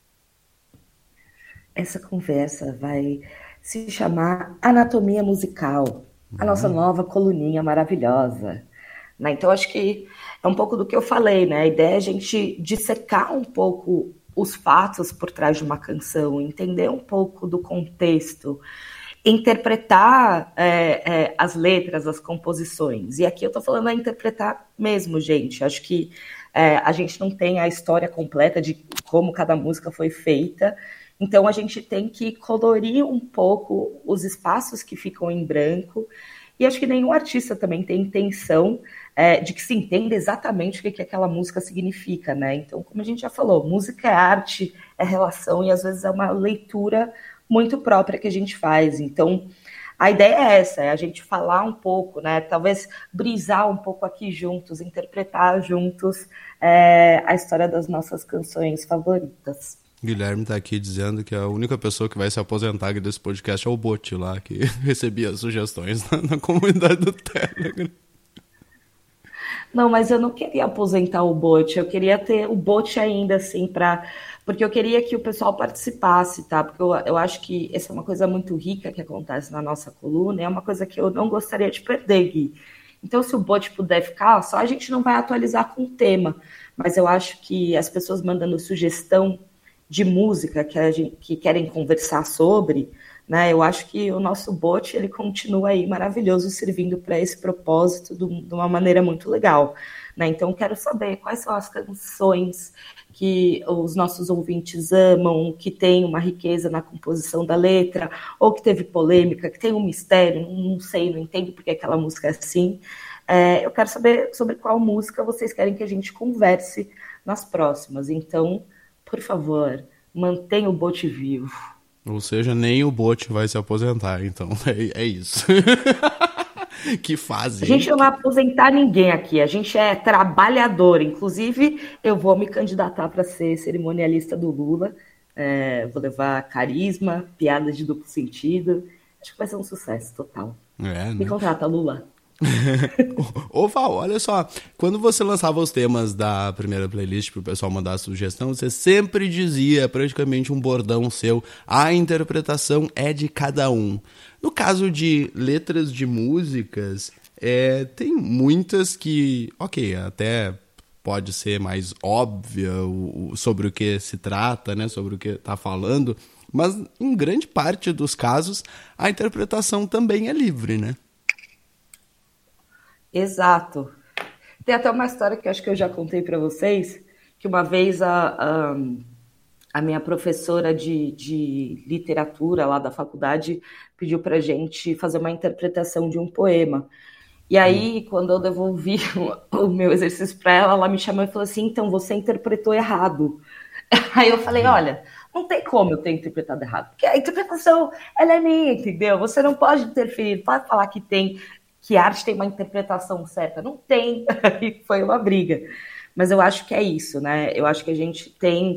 Essa conversa vai se chamar Anatomia Musical, a nossa nova coluninha maravilhosa. Né? Então, acho que é um pouco do que eu falei, né? A ideia é a gente dissecar um pouco os fatos por trás de uma canção, entender um pouco do contexto, interpretar é, é, as letras, as composições. E aqui eu tô falando a interpretar mesmo, gente. Acho que é, a gente não tem a história completa de como cada música foi feita, então a gente tem que colorir um pouco os espaços que ficam em branco. E acho que nenhum artista também tem intenção é, de que se entenda exatamente o que, que aquela música significa, né? Então, como a gente já falou, música é arte, é relação, e às vezes é uma leitura muito própria que a gente faz. Então, a ideia é essa, é a gente falar um pouco, né? Talvez brisar um pouco aqui juntos, interpretar juntos é, a história das nossas canções favoritas. Guilherme tá aqui dizendo que a única pessoa que vai se aposentar desse podcast é o Bote lá, que recebia sugestões na, na comunidade do Telegram. Não, mas eu não queria aposentar o Bote, eu queria ter o Bote ainda, assim, pra... porque eu queria que o pessoal participasse, tá? Porque eu, eu acho que essa é uma coisa muito rica que acontece na nossa coluna, é uma coisa que eu não gostaria de perder, Gui. Então, se o Bote puder ficar, só a gente não vai atualizar com o tema, mas eu acho que as pessoas mandando sugestão de música que, a gente, que querem conversar sobre, né? Eu acho que o nosso bot, ele continua aí maravilhoso, servindo para esse propósito de, de uma maneira muito legal, né? Então, quero saber quais são as canções que os nossos ouvintes amam, que tem uma riqueza na composição da letra, ou que teve polêmica, que tem um mistério, não sei, não entendo porque aquela música é assim. É, eu quero saber sobre qual música vocês querem que a gente converse nas próximas. Então, por favor, mantenha o Bote vivo. Ou seja, nem o Bote vai se aposentar, então é, é isso. Que fase. A gente não vai aposentar ninguém aqui, a gente é trabalhador. Inclusive, eu vou me candidatar para ser cerimonialista do Lula. É, vou levar carisma, piadas de duplo sentido. Acho que vai ser um sucesso total. É, né? Me contrata, Lula. Ô Val, olha só, quando você lançava os temas da primeira playlist pro pessoal mandar sugestão, você sempre dizia, praticamente um bordão seu, a interpretação é de cada um. No caso de letras de músicas, é, tem muitas que, ok, até pode ser mais óbvia o, o, sobre o que se trata, né, sobre o que tá falando, mas em grande parte dos casos a interpretação também é livre, né? Exato. Tem até uma história que eu acho que eu já contei para vocês, que uma vez a, a, a minha professora de, de literatura lá da faculdade pediu para a gente fazer uma interpretação de um poema. E aí, hum. quando eu devolvi o, o meu exercício para ela, ela me chamou e falou assim, então você interpretou errado. Aí eu falei, olha, não tem como eu ter interpretado errado, porque a interpretação, ela é minha, entendeu? Você não pode interferir, pode falar que tem... que a arte tem uma interpretação certa. Não tem. Foi uma briga. Mas eu acho que é isso, né? Eu acho que a gente tem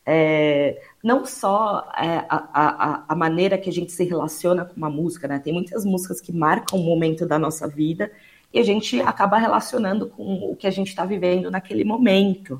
é, não só é, a, a, a maneira que a gente se relaciona com uma música, né? Tem muitas músicas que marcam um momento da nossa vida e a gente acaba relacionando com o que a gente está vivendo naquele momento.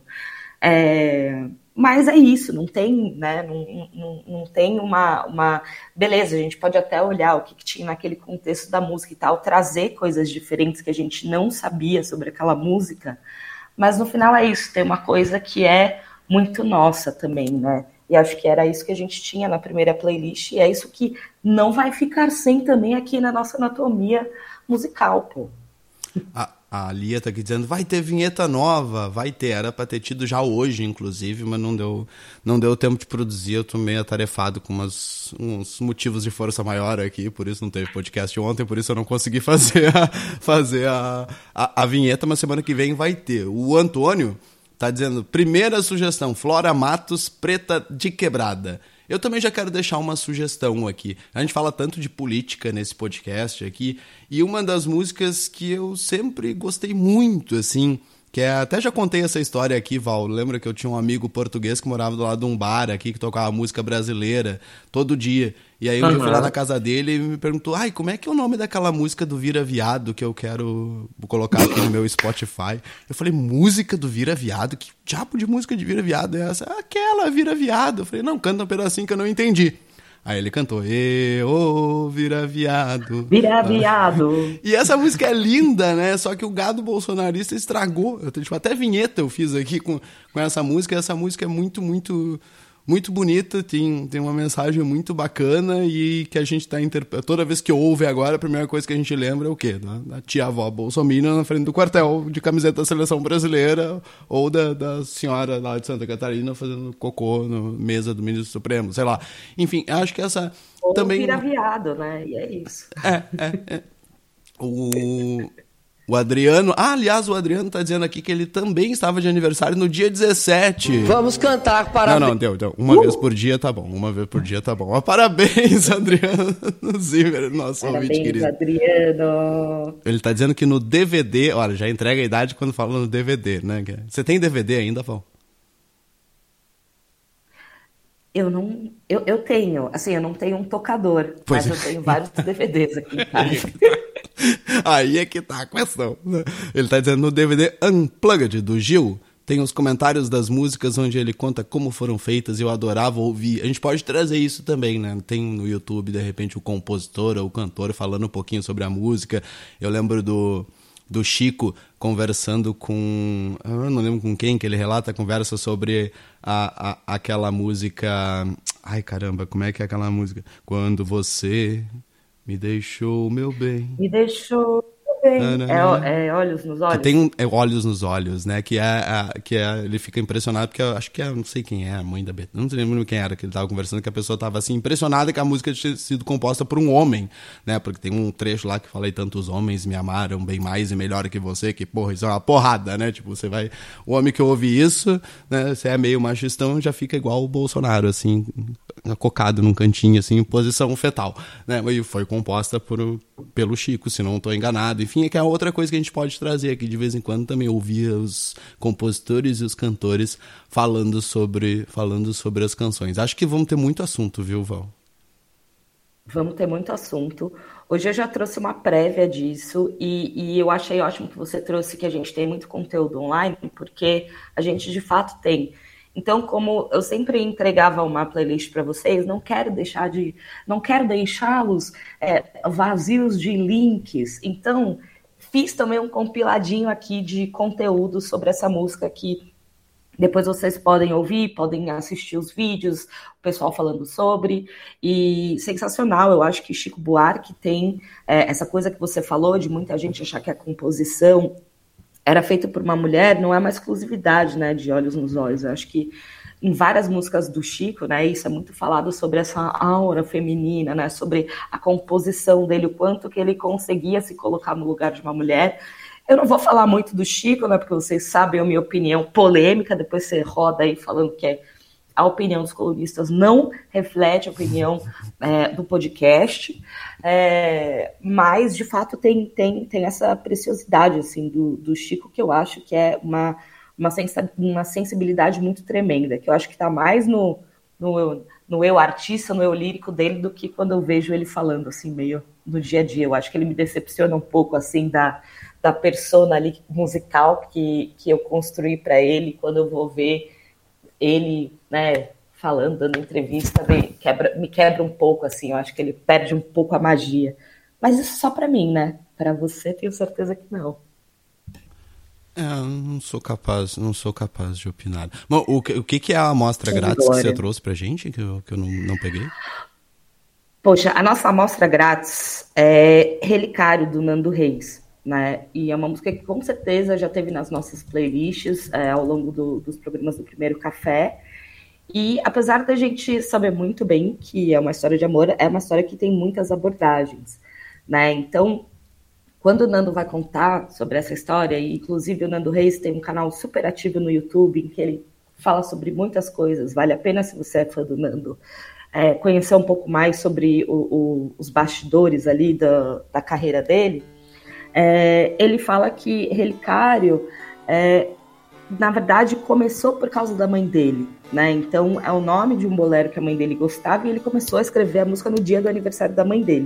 É... Mas é isso, não tem, né, não, não, não tem uma, uma... Beleza, a gente pode até olhar o que, que tinha naquele contexto da música e tal, trazer coisas diferentes que a gente não sabia sobre aquela música, mas no final é isso, tem uma coisa que é muito nossa também, né? E acho que era isso que a gente tinha na primeira playlist, e é isso que não vai ficar sem também aqui na nossa anatomia musical, pô. Ah. A Lia tá aqui dizendo, vai ter vinheta nova, vai ter, era pra ter tido já hoje, inclusive, mas não deu, não deu tempo de produzir, eu tô meio atarefado com umas, uns motivos de força maior aqui, por isso não teve podcast ontem, por isso eu não consegui fazer a, fazer a, a, a vinheta, mas semana que vem vai ter. O Antônio tá dizendo, primeira sugestão, Flora Matos, Preta de Quebrada. Eu também já quero deixar uma sugestão aqui. A gente fala tanto de política nesse podcast aqui, e uma das músicas que eu sempre gostei muito, assim, que é, até já contei essa história aqui, Val, lembra que eu tinha um amigo português que morava do lado de um bar aqui, que tocava música brasileira todo dia, e aí eu uhum. fui lá na casa dele e me perguntou, ai, como é que é o nome daquela música do Vira Viado que eu quero colocar aqui no meu Spotify? Eu falei, música do Vira Viado? Que diabo de música de Vira Viado é essa? Aquela, Vira Viado. Eu falei, não, canta um pedacinho que eu não entendi. Aí ele cantou, ê, ô, vira viado. Vira viado. E essa música é linda, né? Só que o gado bolsonarista estragou. Eu, tipo, até vinheta eu fiz aqui com, com essa música. Essa música é muito, muito, muito bonita. Tem, tem uma mensagem muito bacana e que a gente tá interpretando. Toda vez que ouve agora, a primeira coisa que a gente lembra é o quê? Da tia-avó Bolsonaro na frente do quartel de camiseta da seleção brasileira ou da, da senhora lá de Santa Catarina fazendo cocô na mesa do ministro Supremo, sei lá. Enfim, acho que essa ou também... vira viado, né? E é isso. É, é, é. O... O Adriano, ah, aliás, o Adriano tá dizendo aqui que ele também estava de aniversário no dia dezessete. Vamos cantar parabéns. Não, não, deu, deu. Uma uh! vez por dia tá bom, uma vez por dia tá bom. Mas parabéns, Adriano Zimmer, nosso ouvinte querido. Adriano. Ele tá dizendo que no D V D, olha, já entrega a idade quando fala no D V D, né? Você tem D V D ainda, Val? Eu não, eu, eu tenho, assim, eu não tenho um tocador, pois mas é. eu tenho vários D V Ds aqui em casa. Aí é que tá a questão. Ele tá dizendo no D V D Unplugged do Gil, tem os comentários das músicas onde ele conta como foram feitas e eu adorava ouvir. A gente pode trazer isso também, né? Tem no YouTube, de repente, o compositor ou o cantor falando um pouquinho sobre a música. Eu lembro do... do Chico conversando com... Eu não lembro com quem, que ele relata a conversa sobre a, a, aquela música... Ai, caramba, como é que é aquela música? Quando você me deixou, meu bem... Me deixou... É, é Olhos nos Olhos. Que tem um, é Olhos nos Olhos, né? Que é, é, que é, ele fica impressionado, porque eu acho que é, não sei quem é, a mãe da Betânia, não lembro quem era que ele tava conversando, que a pessoa tava assim, impressionada que a música tinha sido composta por um homem, né? Porque tem um trecho lá que fala, e tantos homens me amaram bem mais e melhor que você, que porra, isso é uma porrada, né? Tipo, você vai... O homem que ouve isso, né? Você é meio machistão, já fica igual o Bolsonaro, assim, acocado num cantinho, assim, em posição fetal, né? E foi composta por, pelo Chico, se não estou enganado. Enfim, é que é outra coisa que a gente pode trazer aqui de vez em quando também, ouvir os compositores e os cantores falando sobre, falando sobre as canções. Acho que vamos ter muito assunto, viu, Val? Vamos ter muito assunto. Hoje eu já trouxe uma prévia disso e, e eu achei ótimo que você trouxe que a gente tem muito conteúdo online, porque a gente de fato tem. Então, como eu sempre entregava uma playlist para vocês, não quero deixar de, não quero deixá-los é, vazios de links. Então, fiz também um compiladinho aqui de conteúdo sobre essa música que Depois vocês podem ouvir, podem assistir os vídeos, o pessoal falando sobre, e sensacional. Eu acho que Chico Buarque tem é, essa coisa que você falou, de muita gente achar que a composição era feita por uma mulher, não é uma exclusividade, né, de Olhos nos Olhos. Eu acho que em várias músicas do Chico, né, isso é muito falado sobre essa aura feminina, né, sobre a composição dele, o quanto que ele conseguia se colocar no lugar de uma mulher. Eu não vou falar muito do Chico, né, porque vocês sabem a minha opinião polêmica, depois você roda aí falando que é a opinião dos colunistas não reflete a opinião é, do podcast, é, mas, de fato, tem, tem, tem essa preciosidade assim, do, do Chico, que eu acho que é uma, uma, sensa, uma sensibilidade muito tremenda, que eu acho que está mais no, no, no eu artista, no eu lírico dele, do que quando eu vejo ele falando, assim, meio no dia a dia. Eu acho que ele me decepciona um pouco, assim, da, da persona ali musical que, que eu construí para ele. Quando eu vou ver ele, né, falando, dando entrevista, me quebra, me quebra um pouco, assim, eu acho que ele perde um pouco a magia. Mas isso só para mim, né? Para você, tenho certeza que não. É, não sou capaz, não sou capaz de opinar. Bom, o, que, o que é a amostra que grátis glória. que você trouxe pra gente, que eu, que eu não, não peguei? Poxa, a nossa amostra grátis é Relicário, do Nando Reis, né? E é uma música que com certeza já teve nas nossas playlists é, ao longo do, dos programas do Primeiro Café. E apesar da gente saber muito bem que é uma história de amor, é uma história que tem muitas abordagens, né? Então, quando o Nando vai contar sobre essa história, e inclusive o Nando Reis tem um canal super ativo no YouTube em que ele fala sobre muitas coisas, vale a pena, se você é fã do Nando, é, conhecer um pouco mais sobre o, o, os bastidores ali da, da carreira dele. É, ele fala que Relicário, é, na verdade, começou por causa da mãe dele, né? Então, é o nome de um bolero que a mãe dele gostava, e ele começou a escrever a música no dia do aniversário da mãe dele.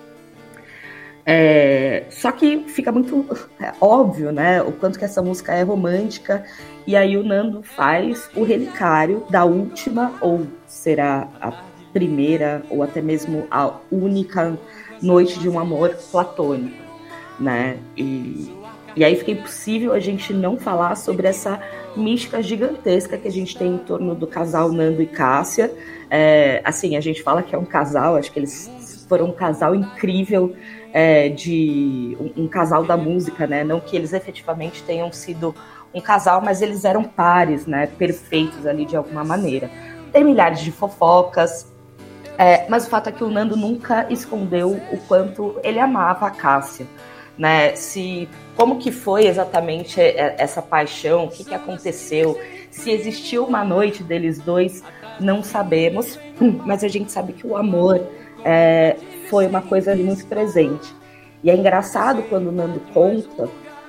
É, só que fica muito é, óbvio, né, o quanto que essa música é romântica, e aí o Nando faz o Relicário da última, ou será a primeira, ou até mesmo a única noite de um amor platônico, né? E, e aí fica impossível a gente não falar sobre essa mística gigantesca que a gente tem em torno do casal Nando e Cássia. É, assim, a gente fala que é um casal, acho que eles foram um casal incrível, é, de um, um casal da música, né? Não que eles efetivamente tenham sido um casal, mas eles eram pares, né? Perfeitos ali de alguma maneira. Tem milhares de fofocas, é, mas o fato é que o Nando nunca escondeu o quanto ele amava a Cássia, né? Se, como que foi exatamente essa paixão, o que, que aconteceu, se existiu uma noite deles dois, não sabemos, mas a gente sabe que o amor é, foi uma coisa muito presente. E é engraçado quando o Nando conta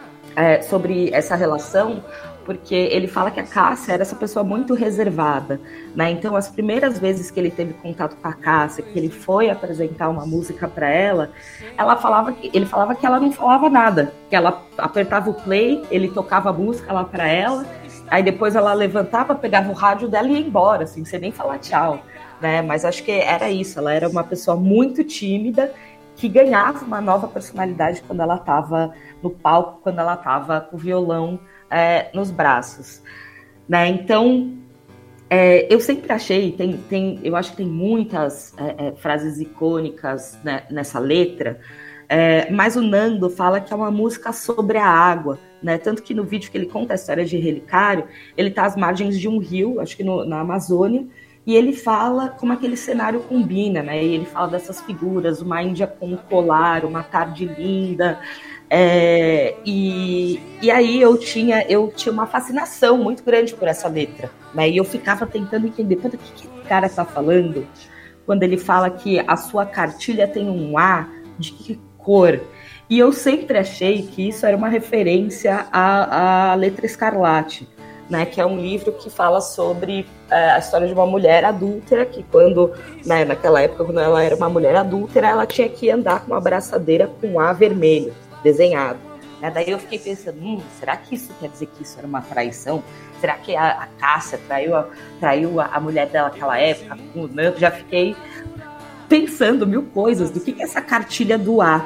é, sobre essa relação, porque ele fala que a Cássia era essa pessoa muito reservada, né? Então, as primeiras vezes que ele teve contato com a Cássia, que ele foi apresentar uma música para ela, ela falava que, ele falava que ela não falava nada, que ela apertava o play, ele tocava a música lá para ela, aí depois ela levantava, pegava o rádio dela e ia embora, assim, sem nem falar tchau, né? Mas acho que era isso, ela era uma pessoa muito tímida, que ganhava uma nova personalidade quando ela estava no palco, quando ela estava com o violão É, nos braços, né? Então, é, eu sempre achei, tem, tem, eu acho que tem muitas é, é, frases icônicas, né, nessa letra, é, mas o Nando fala que é uma música sobre a água, né? Tanto que no vídeo que ele conta a história de Relicário, ele está às margens de um rio, acho que no, na Amazônia, e ele fala como aquele cenário combina, né? E ele fala dessas figuras, uma índia com um colar, uma tarde linda. É, e, e aí eu tinha, eu tinha uma fascinação muito grande por essa letra, né? E eu ficava tentando entender, o que, que o cara tá falando quando ele fala que a sua cartilha tem um A, de que cor? E eu sempre achei que isso era uma referência à, à Letra Escarlate, né, que é um livro que fala sobre é, a história de uma mulher adúltera, que quando, né, naquela época, quando ela era uma mulher adúltera, ela tinha que andar com uma abraçadeira com A vermelho desenhado. Né? Daí eu fiquei pensando, hum, será que isso quer dizer que isso era uma traição? Será que a, a Cássia traiu, a, traiu a, a mulher dela naquela época? Eu já fiquei pensando mil coisas do que, que é essa cartilha do A.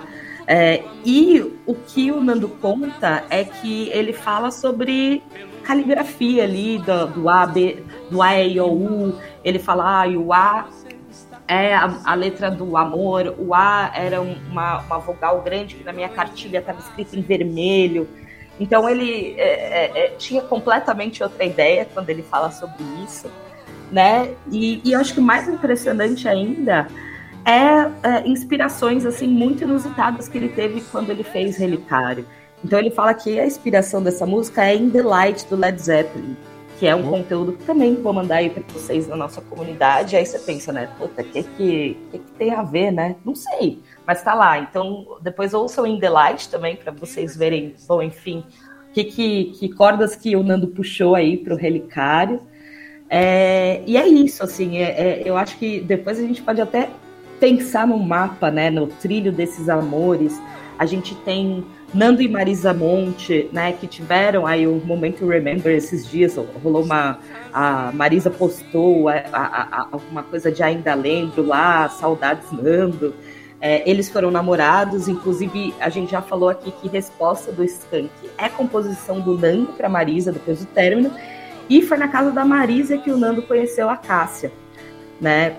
É, e o que o Nando conta é que ele fala sobre caligrafia ali, do, do A, B, do A, E, I, O, U. Ele fala, ah, e o A é a, a letra do amor, o A era uma, uma vogal grande que na minha cartilha estava escrita em vermelho. Então ele é, é, tinha completamente outra ideia quando ele fala sobre isso, né? E, e eu acho que o mais impressionante ainda é, é inspirações assim muito inusitadas que ele teve quando ele fez Relicário. Então ele fala que a inspiração dessa música é In the Light do Led Zeppelin, que é um uhum. conteúdo que também vou mandar aí para vocês na nossa comunidade. Aí você pensa, né? Puta, o que, que, que, que tem a ver, né? Não sei, mas tá lá. Então depois ouçam In the Light também para vocês verem, bom, enfim, que, que, que cordas que o Nando puxou aí pro Relicário. É, e é isso, assim, é, é, eu acho que depois a gente pode até pensar no mapa, né, no trilho desses amores. A gente tem Nando e Marisa Monte, né, que tiveram aí o momento Remember esses dias, rolou uma, a Marisa postou a, a, a, uma coisa de Ainda Lembro lá, Saudades Nando. É, eles foram namorados, inclusive a gente já falou aqui que Resposta do Skank é composição do Nando para Marisa, depois do término, e foi na casa da Marisa que o Nando conheceu a Cássia, né?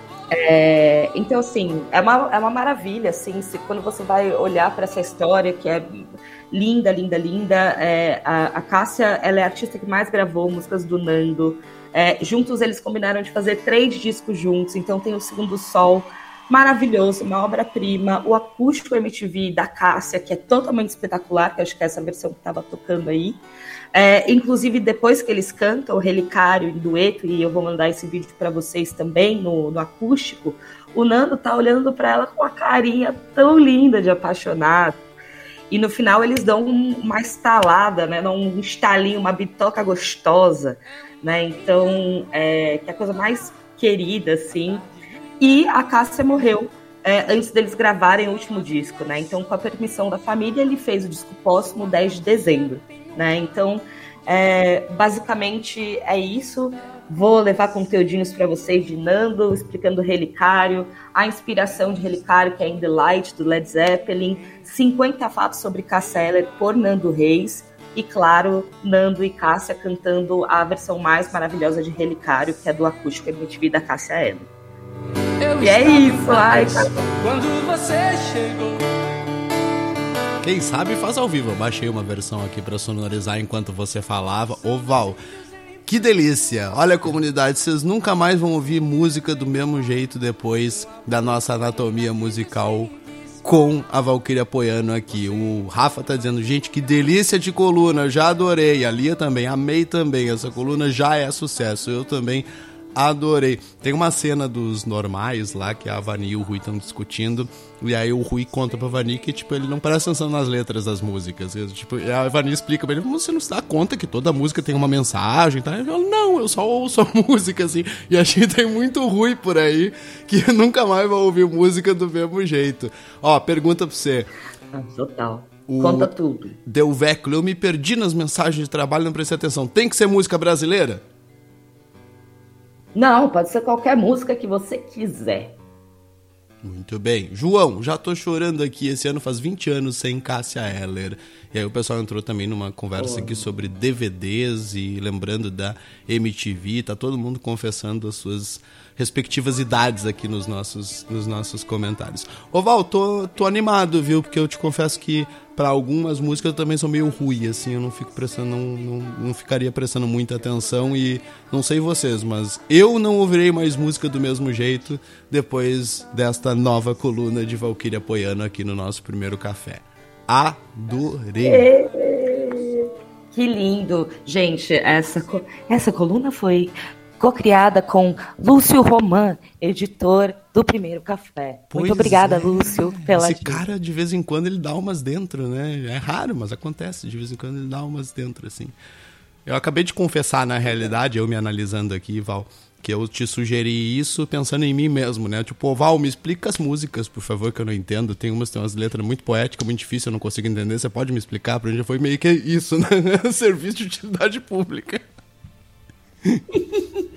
É, então, assim, é uma, é uma maravilha, assim, se, quando você vai olhar para essa história, que é linda, linda, linda, é, a, a Cássia, ela é a artista que mais gravou músicas do Nando, é, juntos eles combinaram de fazer três discos juntos, então tem o Segundo Sol, maravilhoso, uma obra-prima, o acústico M T V da Cássia, que é totalmente espetacular, que acho que é essa versão que estava tocando aí. É, inclusive, depois que eles cantam o Relicário em dueto, e eu vou mandar esse vídeo para vocês também no, no acústico, o Nando tá olhando para ela com uma carinha tão linda de apaixonado. E no final eles dão uma estalada, né, um estalinho, uma bitoca gostosa, né? Então, é, que é a coisa mais querida, assim. E a Cássia morreu é, antes deles gravarem o último disco, né? Então, com a permissão da família, ele fez o disco póstumo dez de dezembro, né? Então, é, basicamente é isso. Vou levar conteúdinhos para vocês de Nando, explicando o Relicário, a inspiração de Relicário, que é In the Light, do Led Zeppelin, cinquenta fatos sobre Cássia Eller por Nando Reis, e claro, Nando e Cássia cantando a versão mais maravilhosa de Relicário, que é do acústico M T V da Cássia Eller. Eu e é isso, ai, quando você chegou. Quem sabe faz ao vivo. Eu baixei uma versão aqui pra sonorizar enquanto você falava. Ô Val, que delícia! Olha a comunidade, vocês nunca mais vão ouvir música do mesmo jeito depois da nossa anatomia musical com a Valquíria Poiano aqui. O Rafa tá dizendo, gente, que delícia de coluna, já adorei. A Lia também, amei também. Essa coluna já é sucesso. Eu também adorei. Tem uma cena dos normais lá que a Vani e o Rui estão discutindo, e aí o Rui conta pra Vani que, tipo, ele não presta atenção nas letras das músicas. E, tipo, a Vani explica pra ele, você não se dá conta que toda música tem uma mensagem, tá? Ele fala, não, eu só ouço a música, assim. E a gente tem muito Rui por aí que nunca mais vai ouvir música do mesmo jeito. Ó, pergunta pra você. Ah, total. O Conta tudo. Deu Veclo, eu me perdi nas mensagens de trabalho, não prestei atenção. Tem que ser música brasileira? Não, pode ser qualquer música que você quiser. Muito bem. João, já tô chorando aqui. Esse ano faz vinte anos sem Cássia Eller. E aí o pessoal entrou também numa conversa oh. aqui sobre D V Ds e lembrando da M T V. Tá todo mundo confessando as suas respectivas idades aqui nos nossos, nos nossos comentários. Ô Val, tô, tô animado, viu? Porque eu te confesso que para algumas músicas eu também sou meio ruim, assim, eu não fico prestando, não, não, não ficaria prestando muita atenção e não sei vocês, mas eu não ouvirei mais música do mesmo jeito depois desta nova coluna de Valquíria Poiano aqui no nosso primeiro café. Adorei! Que lindo! Gente, essa, essa coluna foi co-criada com Lúcio Roman, editor do Primeiro Café. Pois Muito obrigada, é. Lúcio, pela Esse ajuda. cara, de vez em quando, ele dá umas dentro, né? É raro, mas acontece. De vez em quando, ele dá umas dentro, assim. Eu acabei de confessar, na realidade, eu me analisando aqui, Val, que eu te sugeri isso pensando em mim mesmo, né? Tipo, Val, me explica as músicas, por favor, que eu não entendo. Tem umas, tem umas letras muito poéticas, muito difíceis, eu não consigo entender. Você pode me explicar? Pra gente foi meio que isso, né? Serviço de utilidade pública.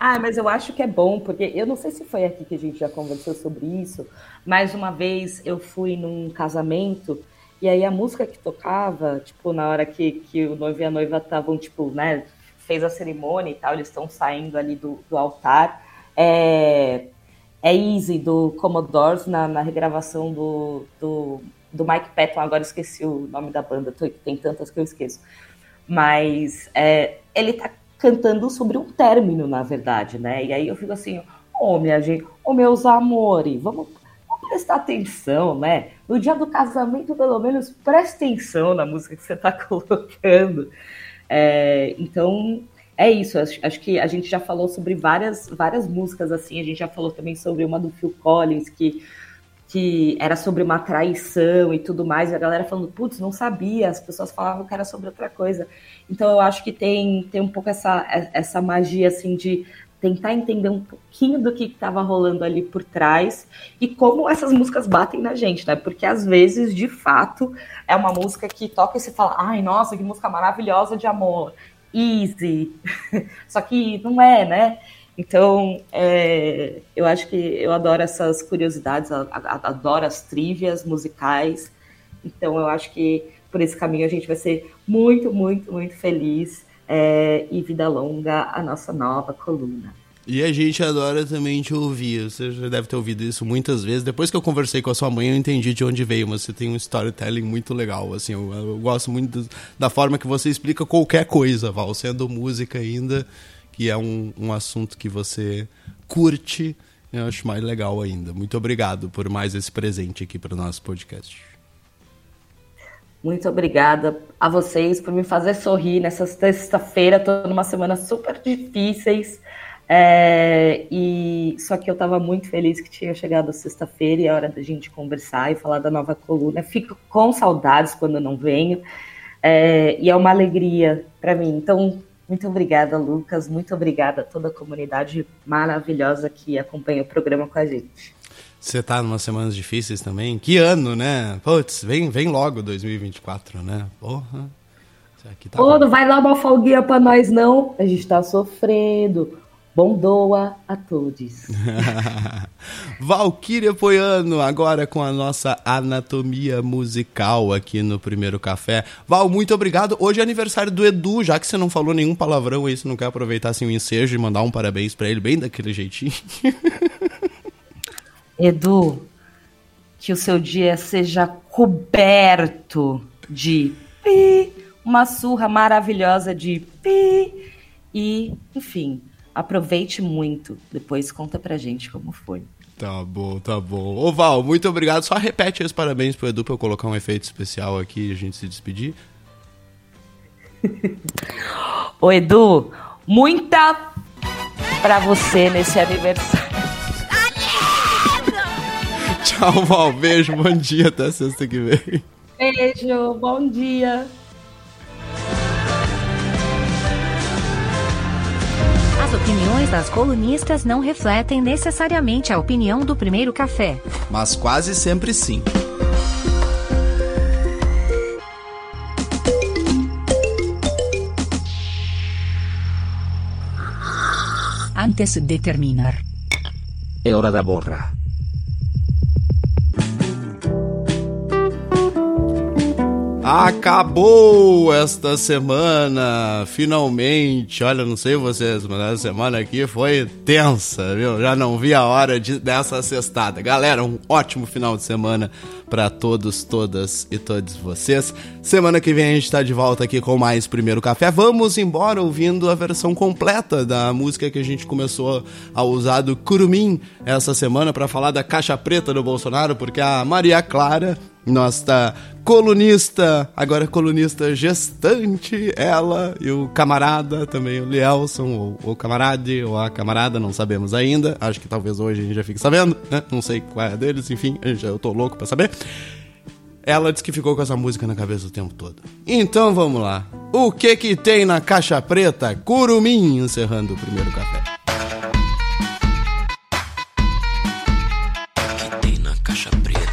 Ah, mas eu acho que é bom, porque eu não sei se foi aqui que a gente já conversou sobre isso, mas uma vez eu fui num casamento e aí a música que tocava, tipo, na hora que, que o noivo e a noiva estavam, tipo, né, fez a cerimônia e tal, eles estão saindo ali do, do altar, é, é Easy, do Commodores, na, na regravação do, do, do Mike Patton, agora esqueci o nome da banda, tem tantas que eu esqueço, mas é, ele tá cantando sobre um término, na verdade, né? E aí eu fico assim, ô, oh, minha gente, ô, oh, meus amores, vamos, vamos prestar atenção, né? No dia do casamento, pelo menos, preste atenção na música que você tá colocando. É, então, é isso. Acho, acho que a gente já falou sobre várias, várias músicas, assim. A gente já falou também sobre uma do Phil Collins, que, que era sobre uma traição e tudo mais. E a galera falando, putz, não sabia. As pessoas falavam que era sobre outra coisa. Então eu acho que tem, tem um pouco essa, essa magia, assim, de tentar entender um pouquinho do que estava rolando ali por trás e como essas músicas batem na gente, né? Porque às vezes, de fato, é uma música que toca e você fala, ai, nossa, que música maravilhosa de amor, easy. Só que não é, né? Então, é, eu acho que eu adoro essas curiosidades, adoro as trívias musicais. Então eu acho que por esse caminho a gente vai ser muito, muito, muito feliz, é, e vida longa a nossa nova coluna. E a gente adora também te ouvir, você já deve ter ouvido isso muitas vezes. Depois que eu conversei com a sua mãe eu entendi de onde veio, mas você tem um storytelling muito legal, assim, eu, eu gosto muito da forma que você explica qualquer coisa, Val, sendo música ainda, que é um, um assunto que você curte, eu acho mais legal ainda. Muito obrigado por mais esse presente aqui para o nosso podcast. Muito obrigada a vocês por me fazer sorrir nessa sexta-feira. Estou numa semana super difíceis. É, e só que eu estava muito feliz que tinha chegado a sexta-feira e é hora da gente conversar e falar da nova coluna. Fico com saudades quando eu não venho. É, e é uma alegria para mim. Então, muito obrigada, Lucas. Muito obrigada a toda a comunidade maravilhosa que acompanha o programa com a gente. Você tá numas semanas difíceis também? Que ano, né? Putz, vem, vem logo dois mil e vinte e quatro, né? Porra. Aqui tá Pô, não vai dar uma folguinha pra nós, não. A gente tá sofrendo. Bom doa a todos. Valquíria Poiano, agora com a nossa anatomia musical aqui no Primeiro Café. Val, muito obrigado. Hoje é aniversário do Edu, já que você não falou nenhum palavrão aí, você não quer aproveitar assim o ensejo e mandar um parabéns pra ele, bem daquele jeitinho. Edu, que o seu dia seja coberto de pi, uma surra maravilhosa de pi, e, enfim, aproveite muito. Depois conta pra gente como foi. Tá bom, tá bom. Ô Val, muito obrigado. Só repete os parabéns pro Edu pra eu colocar um efeito especial aqui e a gente se despedir. Ô Edu, muita pra você nesse aniversário. Tchau, Val. Beijo, bom dia. Até sexta que vem. Beijo, bom dia. As opiniões das colunistas não refletem necessariamente a opinião do Primeiro Café. Mas quase sempre sim. Antes de terminar. É hora da borra. Acabou esta semana, finalmente. Olha, não sei vocês, mas essa semana aqui foi tensa, viu? Já não vi a hora de, dessa sextada. Galera, um ótimo final de semana para todos, todas e todos vocês. Semana que vem a gente tá de volta aqui com mais Primeiro Café. Vamos embora ouvindo a versão completa da música que a gente começou a usar do Curumim essa semana para falar da caixa preta do Bolsonaro, porque a Maria Clara, nossa colunista, agora colunista gestante, ela e o camarada também, o Lielson, ou o camarade, ou a camarada, não sabemos ainda, acho que talvez hoje a gente já fique sabendo, né? Não sei qual é deles, enfim, eu tô louco pra saber. Ela disse que ficou com essa música na cabeça o tempo todo. Então vamos lá. O que que tem na caixa preta? Curumim, encerrando o Primeiro Café. O que tem na caixa preta?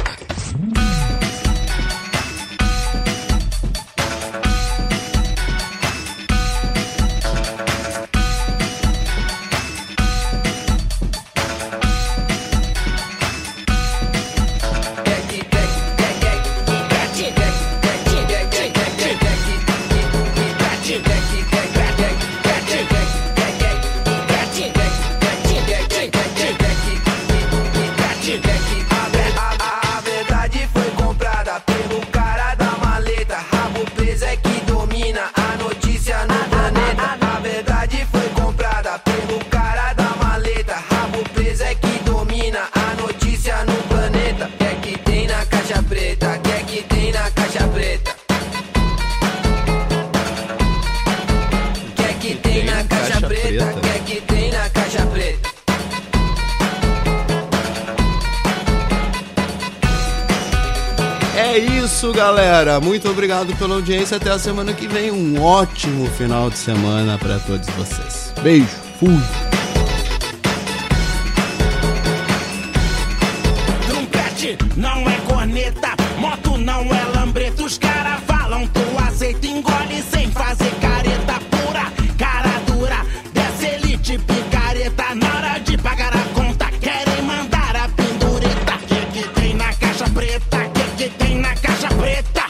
É isso, galera. Muito obrigado pela audiência. Até a semana que vem. Um ótimo final de semana para todos vocês. Beijo. Fui. Trompete não é corneta, moto não é lambreta. Os caras falam, tu aceita, engole sem fazer careta. Pura, cara dura, dessa elite picareta. Na hora de pagar a conta, querem mandar a pendureta. Que que tem na caixa preta? Que que tem na caixa preta?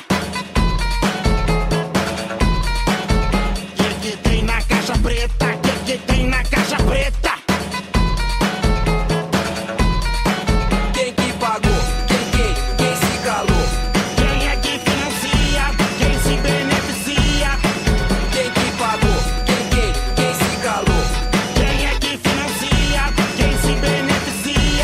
Que que tem na caixa preta? Que que tem na caixa preta? Quem que pagou? Quem, quem, quem se calou? Quem é que financia? Quem se beneficia? Quem que pagou? Quem, quem, quem se calou? Quem é que financia? Quem se beneficia?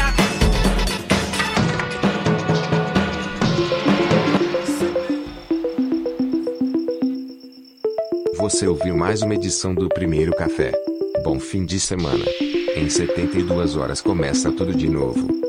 Você ouviu mais uma edição do Primeiro Café. Bom fim de semana. Em setenta e duas horas começa tudo de novo.